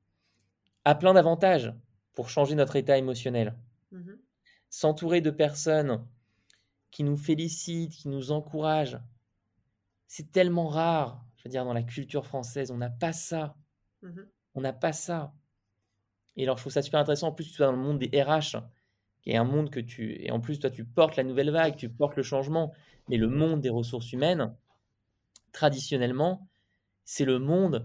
a plein d'avantages pour changer notre état émotionnel. Mmh. S'entourer de personnes qui nous félicitent, qui nous encouragent, c'est tellement rare. Je veux dire dans la culture française, on n'a pas ça, Mmh. on n'a pas ça et alors je trouve ça super intéressant en plus tu sois dans le monde des RH, qui est un monde que tu et en plus toi tu portes la nouvelle vague, tu portes le changement, mais le monde des ressources humaines, traditionnellement, c'est le monde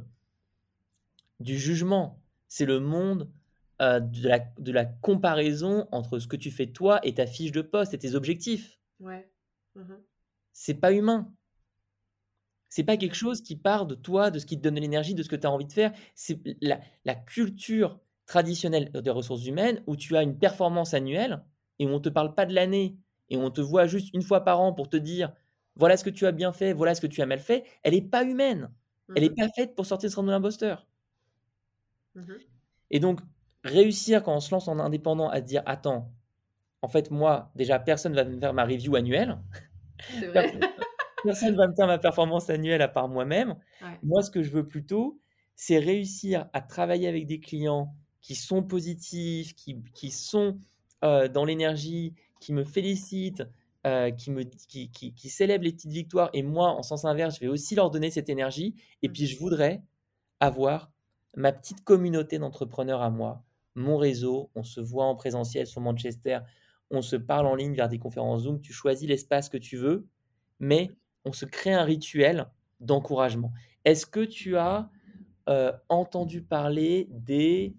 du jugement. C'est le monde, de la comparaison entre ce que tu fais toi et ta fiche de poste et tes objectifs. Ouais. Mmh. C'est pas humain. C'est pas quelque Ouais. chose qui part de toi, de ce qui te donne de l'énergie, de ce que tu as envie de faire. C'est la culture traditionnelle des ressources humaines où tu as une performance annuelle et où on te parle pas de l'année et où on te voit juste une fois par an pour te dire: «Voilà ce que tu as bien fait, voilà ce que tu as mal fait», elle est pas humaine. Elle est Mmh. pas faite pour sortir de syndrome de l'imposteur. Mmh. Et donc, réussir quand on se lance en indépendant à se dire: «Attends, en fait, moi, déjà, personne va me faire ma review annuelle, C'est vrai. personne personne va me faire ma performance annuelle à part moi-même. Ouais. Moi, ce que je veux plutôt, c'est réussir à travailler avec des clients qui sont positifs, qui sont, dans l'énergie, qui me félicitent, qui célèbrent les petites victoires et moi, en sens inverse, je vais aussi leur donner cette énergie et puis Mmh. je voudrais avoir ma petite communauté d'entrepreneurs à moi, mon réseau, on se voit en présentiel sur Manchester, on se parle en ligne vers des conférences Zoom, tu choisis l'espace que tu veux, mais on se crée un rituel d'encouragement. Est-ce que tu as, entendu parler des,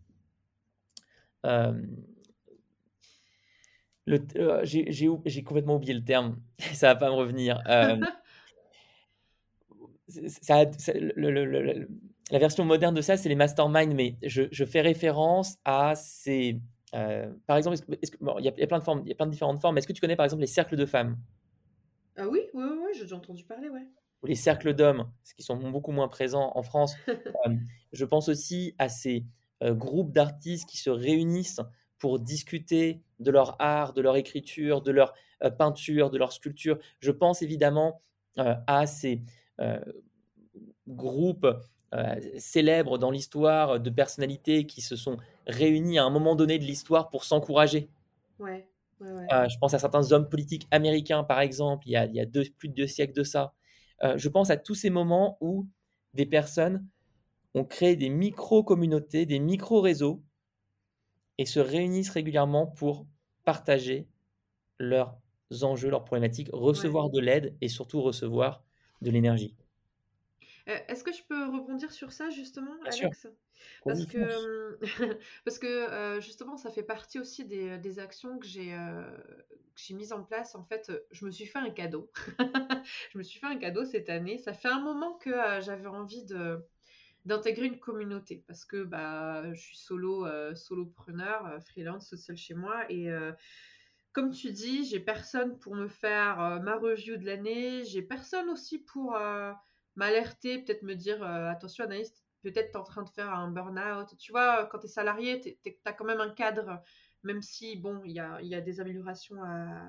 hem, j'ai complètement oublié le terme, ça va pas me revenir, le la version moderne de ça, c'est les masterminds, mais je fais référence à ces, par exemple, bon, il y a plein de formes, il y a plein de différentes formes. Est-ce que tu connais, par exemple, les cercles de femmes Ah oui, oui, oui, oui, j'ai déjà entendu parler, ouais. ou les cercles d'hommes? Ce qui sont beaucoup moins présents en France. Je pense aussi à ces, groupes d'artistes qui se réunissent pour discuter de leur art, de leur écriture, de leur, peinture, de leur sculpture. Je pense évidemment, à ces, heu groupes, célèbres dans l'histoire, de personnalités qui se sont réunis à un moment donné de l'histoire pour s'encourager. Ouais, ouais, ouais. Je pense à certains hommes politiques américains, par exemple, il y a plus de 2 siècles de ça. Je pense à tous ces moments où des personnes ont créé des micro-communautés, des micro-réseaux et se réunissent régulièrement pour partager leurs enjeux, leurs problématiques, Ouais. recevoir de l'aide et surtout recevoir de l'énergie. Est-ce que je peux rebondir sur ça justement, Bien sûr, Alex? Parce vas-y fonce. que, parce que, justement, ça fait partie aussi des actions que j'ai mises en place. En fait, je me suis fait un cadeau. Je me suis fait un cadeau cette année. Ça fait un moment que, j'avais envie d'intégrer une communauté parce que, bah, je suis solopreneur, freelance, seule chez moi et comme tu dis, j'ai personne pour me faire ma review de l'année. J'ai personne aussi pour m'alerter, peut-être me dire attention, Anaïs, peut-être t'es en train de faire un burn-out. Tu vois, quand t'es salarié, t'as quand même un cadre, même si, bon, il y a des améliorations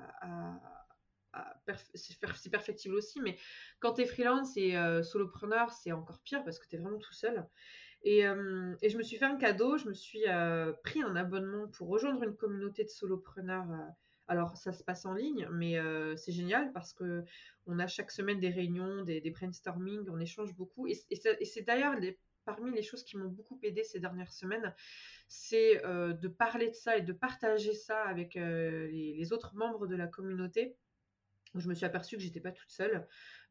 c'est perfectible aussi, mais quand t'es freelance et solopreneur, c'est encore pire parce que t'es vraiment tout seul. Et je me suis fait un cadeau, je me suis pris un abonnement pour rejoindre une communauté de solopreneurs. Alors, ça se passe en ligne, mais c'est génial parce que on a chaque semaine des réunions, des brainstorming, on échange beaucoup. Et c'est d'ailleurs parmi les choses qui m'ont beaucoup aidé ces dernières semaines, c'est de parler de ça et de partager ça avec les autres membres de la communauté. Je me suis aperçue que j'étais pas toute seule,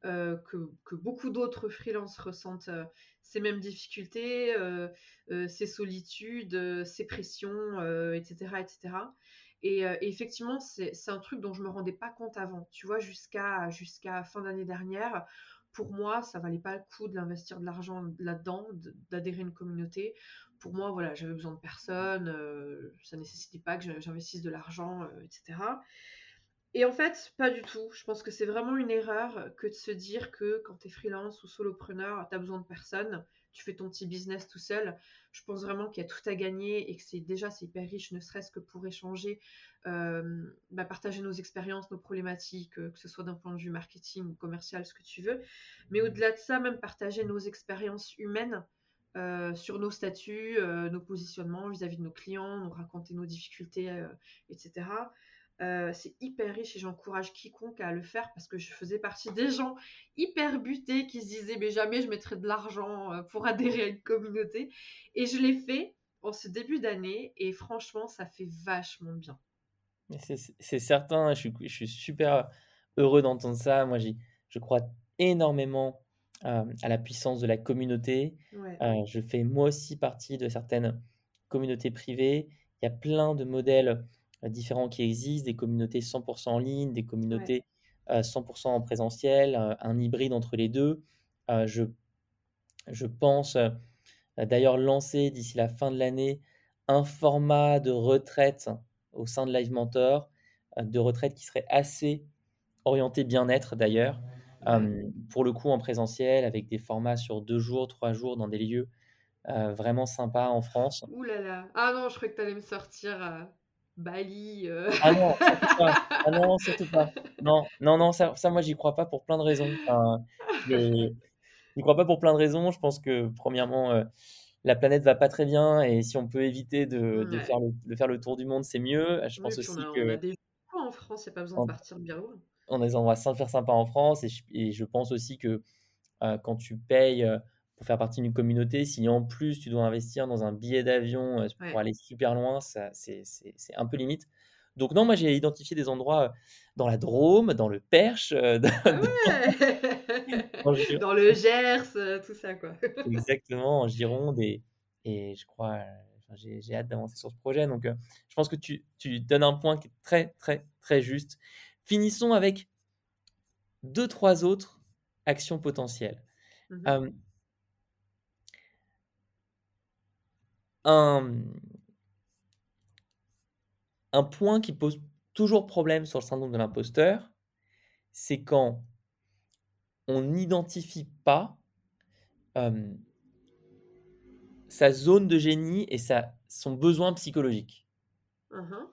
que beaucoup d'autres freelances ressentent ces mêmes difficultés, ces solitudes, ces pressions, etc., etc. Et effectivement, c'est un truc dont je me rendais pas compte avant. Tu vois, jusqu'à fin d'année dernière, pour moi, ça valait pas le coup de l'investir de l'argent là-dedans, d'adhérer à une communauté. Pour moi, voilà, j'avais besoin de personne, ça nécessitait pas que j'investisse de l'argent, etc. Et en fait, pas du tout. Je pense que c'est vraiment une erreur que de se dire que quand tu es freelance ou solopreneur, tu as besoin de personne, tu fais ton petit business tout seul. Je pense vraiment qu'il y a tout à gagner et que c'est hyper riche, ne serait-ce que pour échanger, partager nos expériences, nos problématiques, que ce soit d'un point de vue marketing ou commercial, ce que tu veux. Mais au-delà de ça, même partager nos expériences humaines. Sur nos statuts, nos positionnements vis-à-vis de nos clients, nous raconter nos difficultés, etc. C'est hyper riche et j'encourage quiconque à le faire parce que je faisais partie des gens hyper butés qui se disaient mais jamais je mettrai de l'argent pour adhérer à une communauté. Et je l'ai fait en ce début d'année et franchement ça fait vachement bien. Mais c'est certain, je suis super heureux d'entendre ça. Moi, je crois énormément à la puissance de la communauté. Ouais, Je fais moi aussi partie de certaines communautés privées. Il y a plein de modèles différents qui existent, des communautés 100% en ligne, des ouais. communautés 100% en présentiel, un hybride entre les deux. Euh, je, je pense d'ailleurs lancer d'ici la fin de l'année un format de retraite au sein de Live Mentor, de retraite qui serait assez orienté bien-être d'ailleurs, Ouais. pour le coup en présentiel avec des formats sur 2 jours, 3 jours dans des lieux vraiment sympas en France. Ouh là là. Ah non, je croyais que t'allais me sortir Bali. Ah non, surtout pas. Ah non, surtout pas. Non, non, non, ça moi j'y crois pas pour plein de raisons. Enfin, je j'y crois pas pour plein de raisons. Je pense que premièrement, la planète va pas très bien et si on peut éviter Ouais. de faire le tour du monde, c'est mieux. Je Oui, pense puis aussi on a que des gens en France, il n'y a pas besoin de on, partir bien loin. on a des endroits super sympas en France et je pense aussi que quand tu payes pour faire partie d'une communauté, si en plus tu dois investir dans un billet d'avion pour Ouais. aller super loin, ça, c'est un peu limite. Donc non, moi j'ai identifié des endroits dans la Drôme, dans le Perche, Ah ouais. en Dans le Gers, tout ça quoi. exactement, en Gironde et je crois, enfin, j'ai hâte d'avancer sur ce projet. Donc je pense que tu donnes un point qui est très, très, très juste. Finissons avec deux, trois autres actions potentielles. Mhm. Euh, un, un point qui pose toujours problème sur le syndrome de l'imposteur, c'est quand on n'identifie pas euh, sa zone de génie et son besoin psychologique. Mhm.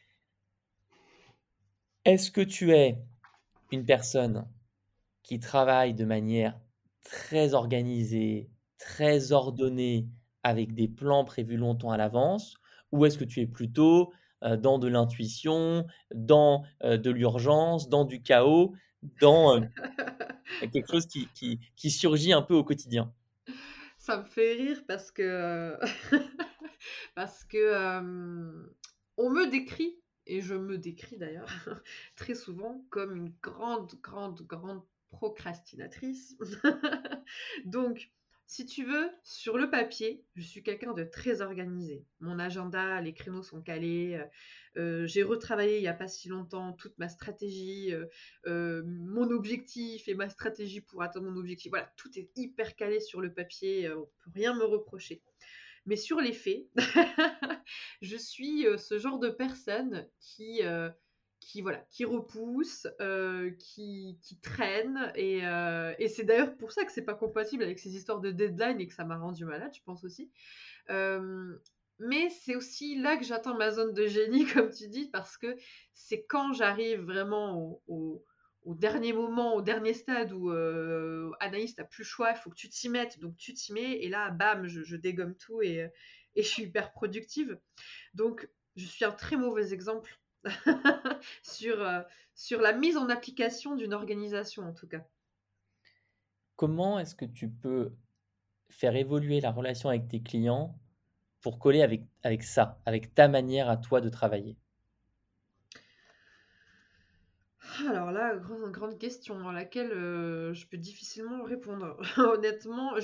Est-ce que tu es une personne qui travaille de manière très organisée, très ordonnée, avec des plans prévus longtemps à l'avance, ou est-ce que tu es plutôt dans de l'intuition, dans de l'urgence, dans du chaos, dans quelque chose qui surgit un peu au quotidien? Ça me fait rire parce que parce que on me décrit et je me décris d'ailleurs très souvent comme une grande, grande, grande procrastinatrice. Donc, si tu veux, sur le papier, je suis quelqu'un de très organisé. Mon agenda, les créneaux sont calés. J'ai retravaillé il n'y a pas si longtemps toute ma stratégie, mon objectif et ma stratégie pour atteindre mon objectif. Voilà, tout est hyper calé sur le papier. On ne peut rien me reprocher. Mais sur les faits, je suis ce genre de personne qui repousse, qui traîne. Et c'est d'ailleurs pour ça que c'est pas compatible avec ces histoires de deadline et que ça m'a rendu malade, je pense aussi. Euh, mais c'est aussi là que j'atteins ma zone de génie, comme tu dis, parce que c'est quand j'arrive vraiment au dernier moment, au dernier stade où Anaïs, t'as plus le choix, il faut que tu t'y mettes, donc tu t'y mets, et là, bam, je dégomme tout et je suis hyper productive. Donc, je suis un très mauvais exemple sur, sur la mise en application d'une organisation, en tout cas. Comment est-ce que tu peux faire évoluer la relation avec tes clients pour coller avec ça, avec ta manière à toi de travailler? Alors là, grande question à laquelle je peux difficilement répondre. Honnêtement,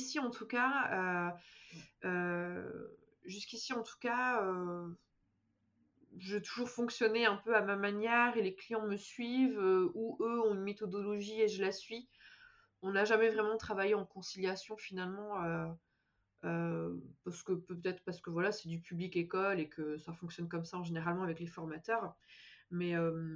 jusqu'ici en tout cas, je toujours fonctionné un peu à ma manière et les clients me suivent ou eux ont une méthodologie et je la suis. On n'a jamais vraiment travaillé en conciliation finalement. Parce que peut-être parce que voilà, c'est du public école et que ça fonctionne comme ça en généralement avec les formateurs. Mais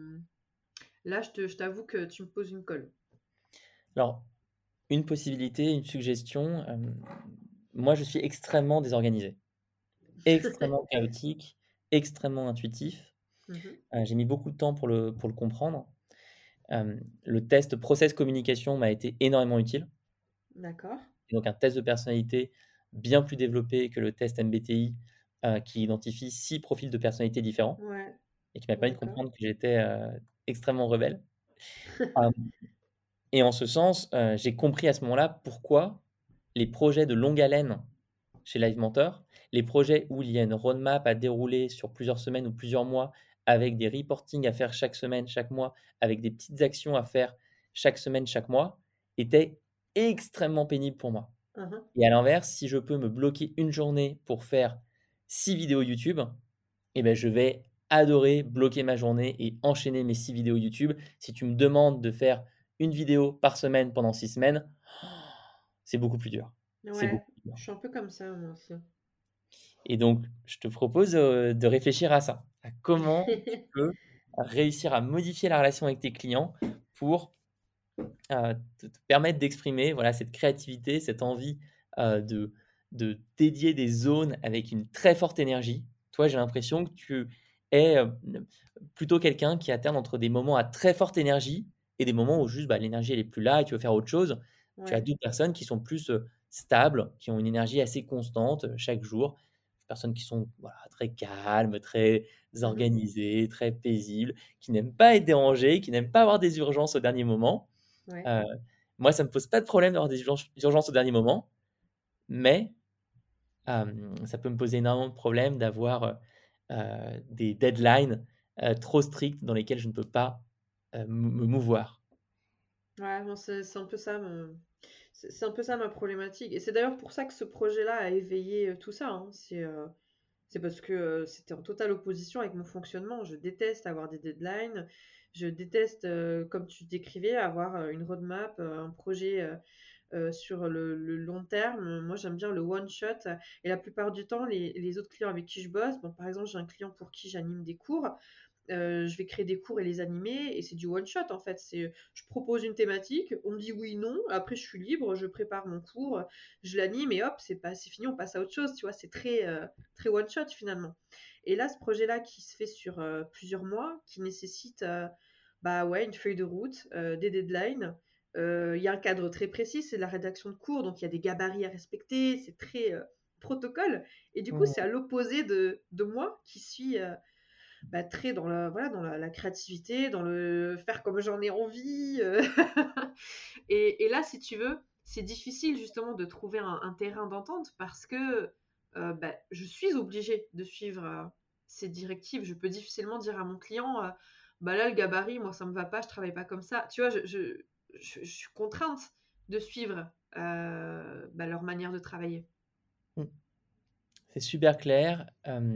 là, je t'avoue que tu me poses une colle. Alors, une possibilité, une suggestion, moi je suis extrêmement désorganisé, extrêmement chaotique, extrêmement intuitif. Mhm. J'ai mis beaucoup de temps pour le comprendre. Le test process communication m'a été énormément utile. D'accord. Et donc un test de personnalité bien plus développé que le test MBTI, qui identifie 6 profils de personnalité différents Ouais, et qui m'a permis de d'accord. comprendre que j'étais, extrêmement rebelle. Hem Et en ce sens, j'ai compris à ce moment-là pourquoi les projets de longue haleine chez Live Mentor, les projets où il y a une roadmap à dérouler sur plusieurs semaines ou plusieurs mois, avec des reportings à faire chaque semaine, chaque mois, avec des petites actions à faire chaque semaine, chaque mois, étaient extrêmement pénibles pour moi. Mhm. Et à l'inverse, si je peux me bloquer une journée pour faire 6 vidéos YouTube, eh ben, je vais adorer bloquer ma journée et enchaîner mes 6 vidéos YouTube. Si tu me demandes de faire une vidéo par semaine pendant 6 semaines, c'est beaucoup plus dur. C'est Ouais, beaucoup plus dur. je suis un peu comme ça, moi aussi. Et donc, je te propose, de réfléchir à ça, à comment tu peux réussir à modifier la relation avec tes clients pour, te permettre d'exprimer, voilà, cette créativité, cette envie, de dédier des zones avec une très forte énergie. Toi, j'ai l'impression que tu es, plutôt quelqu'un qui alterne entre des moments à très forte énergie et des moments où juste, bah, l'énergie elle est plus là et tu veux faire autre chose. Tu as Ouais. d'autres personnes qui sont plus, stables, qui ont une énergie assez constante, chaque jour. Des personnes qui sont, voilà, très calmes, très Mhm. organisées, très paisibles, qui n'aiment pas être dérangées, qui n'aiment pas avoir des urgences au dernier moment. Ouais. Heu, Moi, ça me pose pas de problème d'avoir des urgences au dernier moment, mais ça peut me poser énormément de problèmes d'avoir, des deadlines, trop strictes dans lesquelles je ne peux pas, me mouvoir. Ouais, non, c'est un peu ça c'est un peu ça ma problématique. Et c'est d'ailleurs pour ça que ce projet-là a éveillé tout ça, hein. C'est parce que c'était en totale opposition avec mon fonctionnement. Je déteste avoir des deadlines. Je déteste, comme tu décrivais, avoir une roadmap, un projet sur le long terme. Moi, j'aime bien le one shot. Et la plupart du temps, les autres clients avec qui je bosse, bon, par exemple, j'ai un client pour qui j'anime des cours. Je vais créer des cours et les animer et c'est du one shot en fait. Je propose une thématique, on me dit oui, non, après je suis libre, je prépare mon cours, je l'anime et hop, c'est fini, on passe à autre chose, tu vois, c'est très one shot finalement. Et là, ce projet-là qui se fait sur plusieurs mois, qui nécessite bah ouais, une feuille de route, des deadlines. Il y a un cadre très précis, c'est la rédaction de cours, donc il y a des gabarits à respecter, c'est très protocole. Et du coup, c'est Mmh. à l'opposé de moi qui suis bah, très dans voilà, dans la créativité, dans le faire comme j'en ai envie. Et là, si tu veux, c'est difficile justement de trouver un terrain d'entente parce que bah, je suis obligée de suivre ces directives. Je peux difficilement dire à mon client, bah là, le gabarit, moi, ça me va pas, je travaille pas comme ça. Tu vois, je suis contrainte de suivre bah, leur manière de travailler. Mmh. C'est super clair,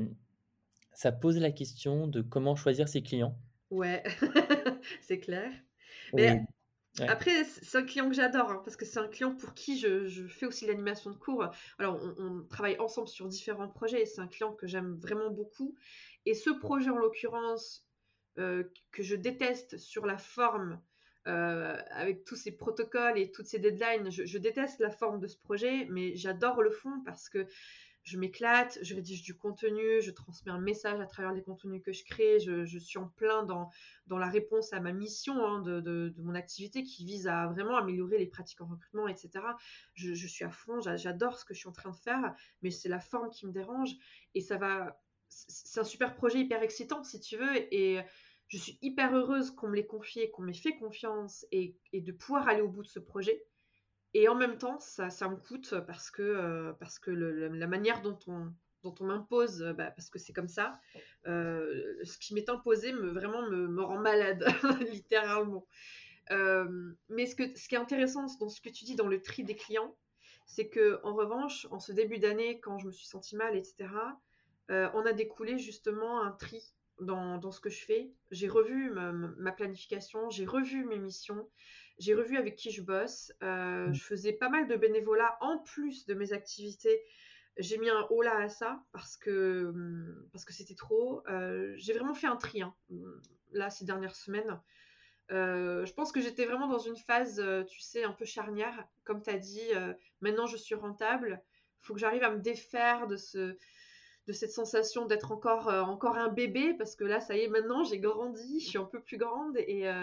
ça pose la question de comment choisir ses clients Ouais, c'est clair. Mais et ouais. après, c'est un client que j'adore, hein, parce que c'est un client pour qui je fais aussi l'animation de cours. Alors, on travaille ensemble sur différents projets et c'est un client que j'aime vraiment beaucoup. Et ce projet, en l'occurrence, que je déteste sur la forme, avec tous ces protocoles et toutes ces deadlines. Je déteste la forme de ce projet, mais j'adore le fond parce que je m'éclate, je rédige du contenu, je transmets un message à travers les contenus que je crée, je suis en plein dans la réponse à ma mission hein, de mon activité qui vise à vraiment améliorer les pratiques en recrutement, etc. Je suis à fond, j'adore ce que je suis en train de faire, mais c'est la forme qui me dérange et ça va. C'est un super projet hyper excitant si tu veux et je suis hyper heureuse qu'on me l'ait confié, qu'on m'ait fait confiance et de pouvoir aller au bout de ce projet. Et en même temps, ça me coûte parce que la manière dont on m'impose, parce que c'est comme ça, ce qui m'est imposé vraiment me rend malade, littéralement. Mais ce qui est intéressant dans ce que tu dis dans le tri des clients, c'est que en revanche, en ce début d'année, quand je me suis sentie mal, etc., on a découlé justement un tri dans ce que je fais. J'ai revu ma planification, j'ai revu mes missions, j'ai revu avec qui je bosse. Je faisais pas mal de bénévolat en plus de mes activités. J'ai mis un haut là à ça parce que c'était trop. J'ai vraiment fait un tri hein, là ces dernières semaines. Je pense que j'étais vraiment dans une phase, tu sais, un peu charnière. Comme tu as dit, maintenant je suis rentable. Il faut que j'arrive à me défaire de cette sensation d'être encore un bébé, parce que là, ça y est, maintenant j'ai grandi, je suis un peu plus grande.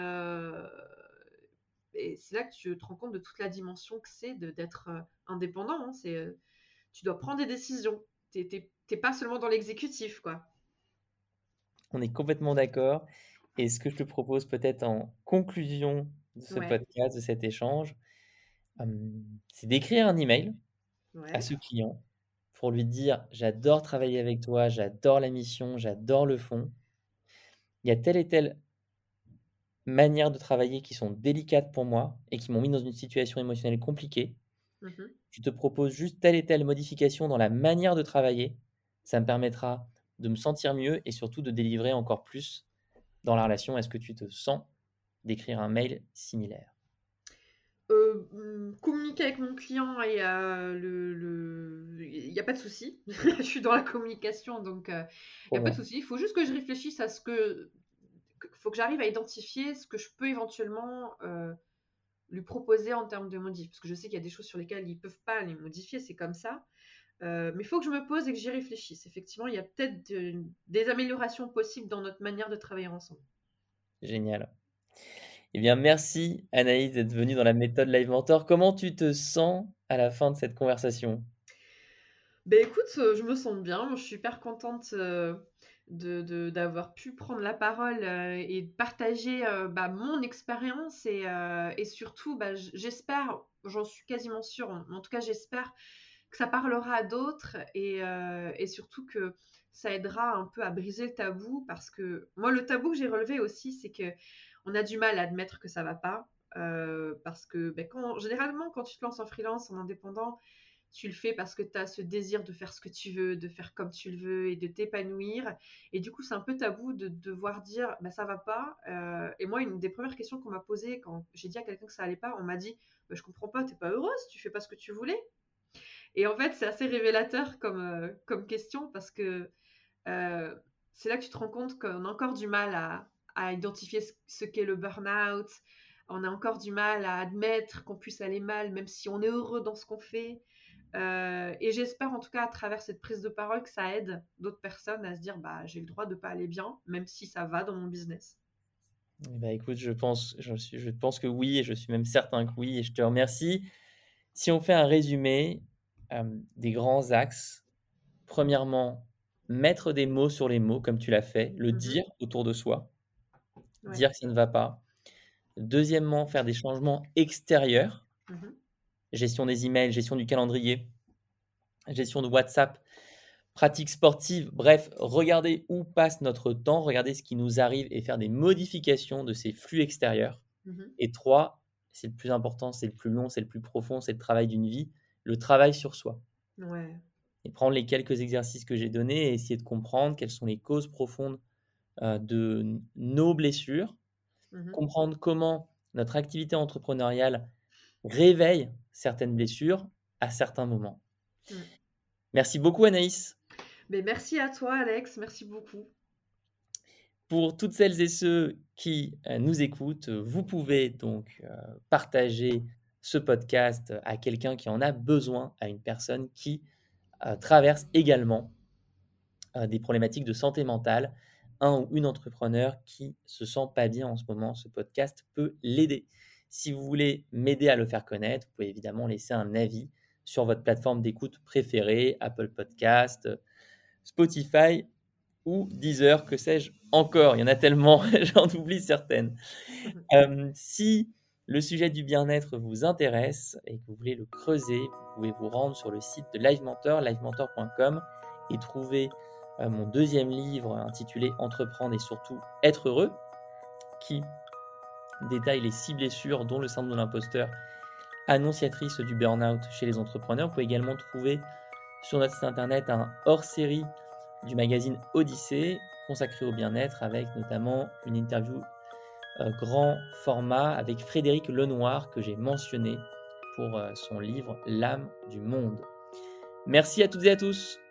Et c'est là que tu te rends compte de toute la dimension que c'est d'être indépendant. Hein. Tu dois prendre des décisions. T'es pas seulement dans l'exécutif, quoi. On est complètement d'accord. Et ce que je te propose peut-être en conclusion de ce Ouais, podcast, de cet échange, c'est d'écrire un email à ouais. ce client pour lui dire: «J'adore travailler avec toi, j'adore la mission, j'adore le fond. Il y a telle et telle manière de travailler qui sont délicates pour moi et qui m'ont mis dans une situation émotionnelle compliquée. Mhm. Je te propose juste telle et telle modification dans la manière de travailler. Ça me permettra de me sentir mieux et surtout de délivrer encore plus dans la relation». Est-ce que tu te sens d'écrire un mail similaire? Communiquer avec mon client et il y a pas de souci. Je suis dans la communication, donc il y Trop a pas de bien. souci. Il faut juste que je réfléchisse à faut que j'arrive à identifier ce que je peux éventuellement lui proposer en termes de modif. Parce que je sais qu'il y a des choses sur lesquelles ils peuvent pas les modifier, c'est comme ça. Mais il faut que je me pose et que j'y réfléchisse. Effectivement, il y a peut-être des améliorations possibles dans notre manière de travailler ensemble. Génial. Eh bien, merci Anaïs d'être venue dans la méthode Live Mentor. Comment tu te sens à la fin de cette conversation? Ben écoute, je me sens bien. Moi, je suis hyper contente d'avoir pu prendre la parole et de partager mon expérience et surtout, j'espère, j'en suis quasiment sûre, en tout cas j'espère que ça parlera à d'autres et surtout que ça aidera un peu à briser le tabou parce que moi, le tabou que j'ai relevé aussi, c'est que on a du mal à admettre que ça va pas. Parce que généralement, quand tu te lances en freelance, en indépendant, tu le fais parce que tu as ce désir de faire ce que tu veux, de faire comme tu le veux et de t'épanouir. Et du coup, c'est un peu tabou de devoir dire bah, ça va pas. Et moi, une des premières questions qu'on m'a posées quand j'ai dit à quelqu'un que ça allait pas, on m'a dit bah, je comprends pas, t'es pas heureuse, tu fais pas ce que tu voulais. Et en fait, c'est assez révélateur comme question parce que euh, c'est là que tu te rends compte qu'on a encore du mal à identifier ce qu'est le burn-out. On a encore du mal à admettre qu'on puisse aller mal, même si on est heureux dans ce qu'on fait. Et j'espère en tout cas à travers cette prise de parole que ça aide d'autres personnes à se dire bah j'ai le droit de pas aller bien, même si ça va dans mon business. Eh ben, écoute, je pense que oui, et je suis même certain que oui, et je te remercie. Si on fait un résumé des grands axes, premièrement, mettre des mots sur les mots, comme tu l'as fait, le Mhm. dire autour de soi, Ouais. dire que ça ne va pas. Deuxièmement, faire des changements extérieurs, Mhm. gestion des emails, gestion du calendrier, gestion de WhatsApp, pratique sportive, bref, regarder où passe notre temps, regarder ce qui nous arrive et faire des modifications de ces flux extérieurs. Mhm. Et trois, c'est le plus important, c'est le plus long, c'est le plus profond, c'est le travail d'une vie, le travail sur soi. Ouais. Et prendre les quelques exercices que j'ai donnés et essayer de comprendre quelles sont les causes profondes de nos blessures, Mhm. comprendre comment notre activité entrepreneuriale réveille certaines blessures à certains moments. Mm. Merci beaucoup Anaïs. Mais merci à toi Alex, merci beaucoup. Pour toutes celles et ceux qui nous écoutent, vous pouvez donc partager ce podcast à quelqu'un qui en a besoin, à une personne qui traverse également des problématiques de santé mentale, un ou une entrepreneur qui se sent pas bien en ce moment. Ce podcast peut l'aider. Si vous voulez m'aider à le faire connaître, vous pouvez évidemment laisser un avis sur votre plateforme d'écoute préférée, Apple Podcast, Spotify ou Deezer, que sais-je encore. Il y en a tellement, j'en oublie certaines. Si le sujet du bien-être vous intéresse et que vous voulez le creuser, vous pouvez vous rendre sur le site de Live Mentor, livementor.com, et trouver mon deuxième livre intitulé Entreprendre et surtout être heureux, qui détaille les 6 blessures dont le syndrome de l'imposteur, annonciatrice du burn-out chez les entrepreneurs. Vous pouvez également trouver sur notre site internet un hors-série du magazine Odyssée consacré au bien-être, avec notamment une interview grand format avec Frédéric Lenoir que j'ai mentionné pour son livre L'âme du monde. Merci à toutes et à tous.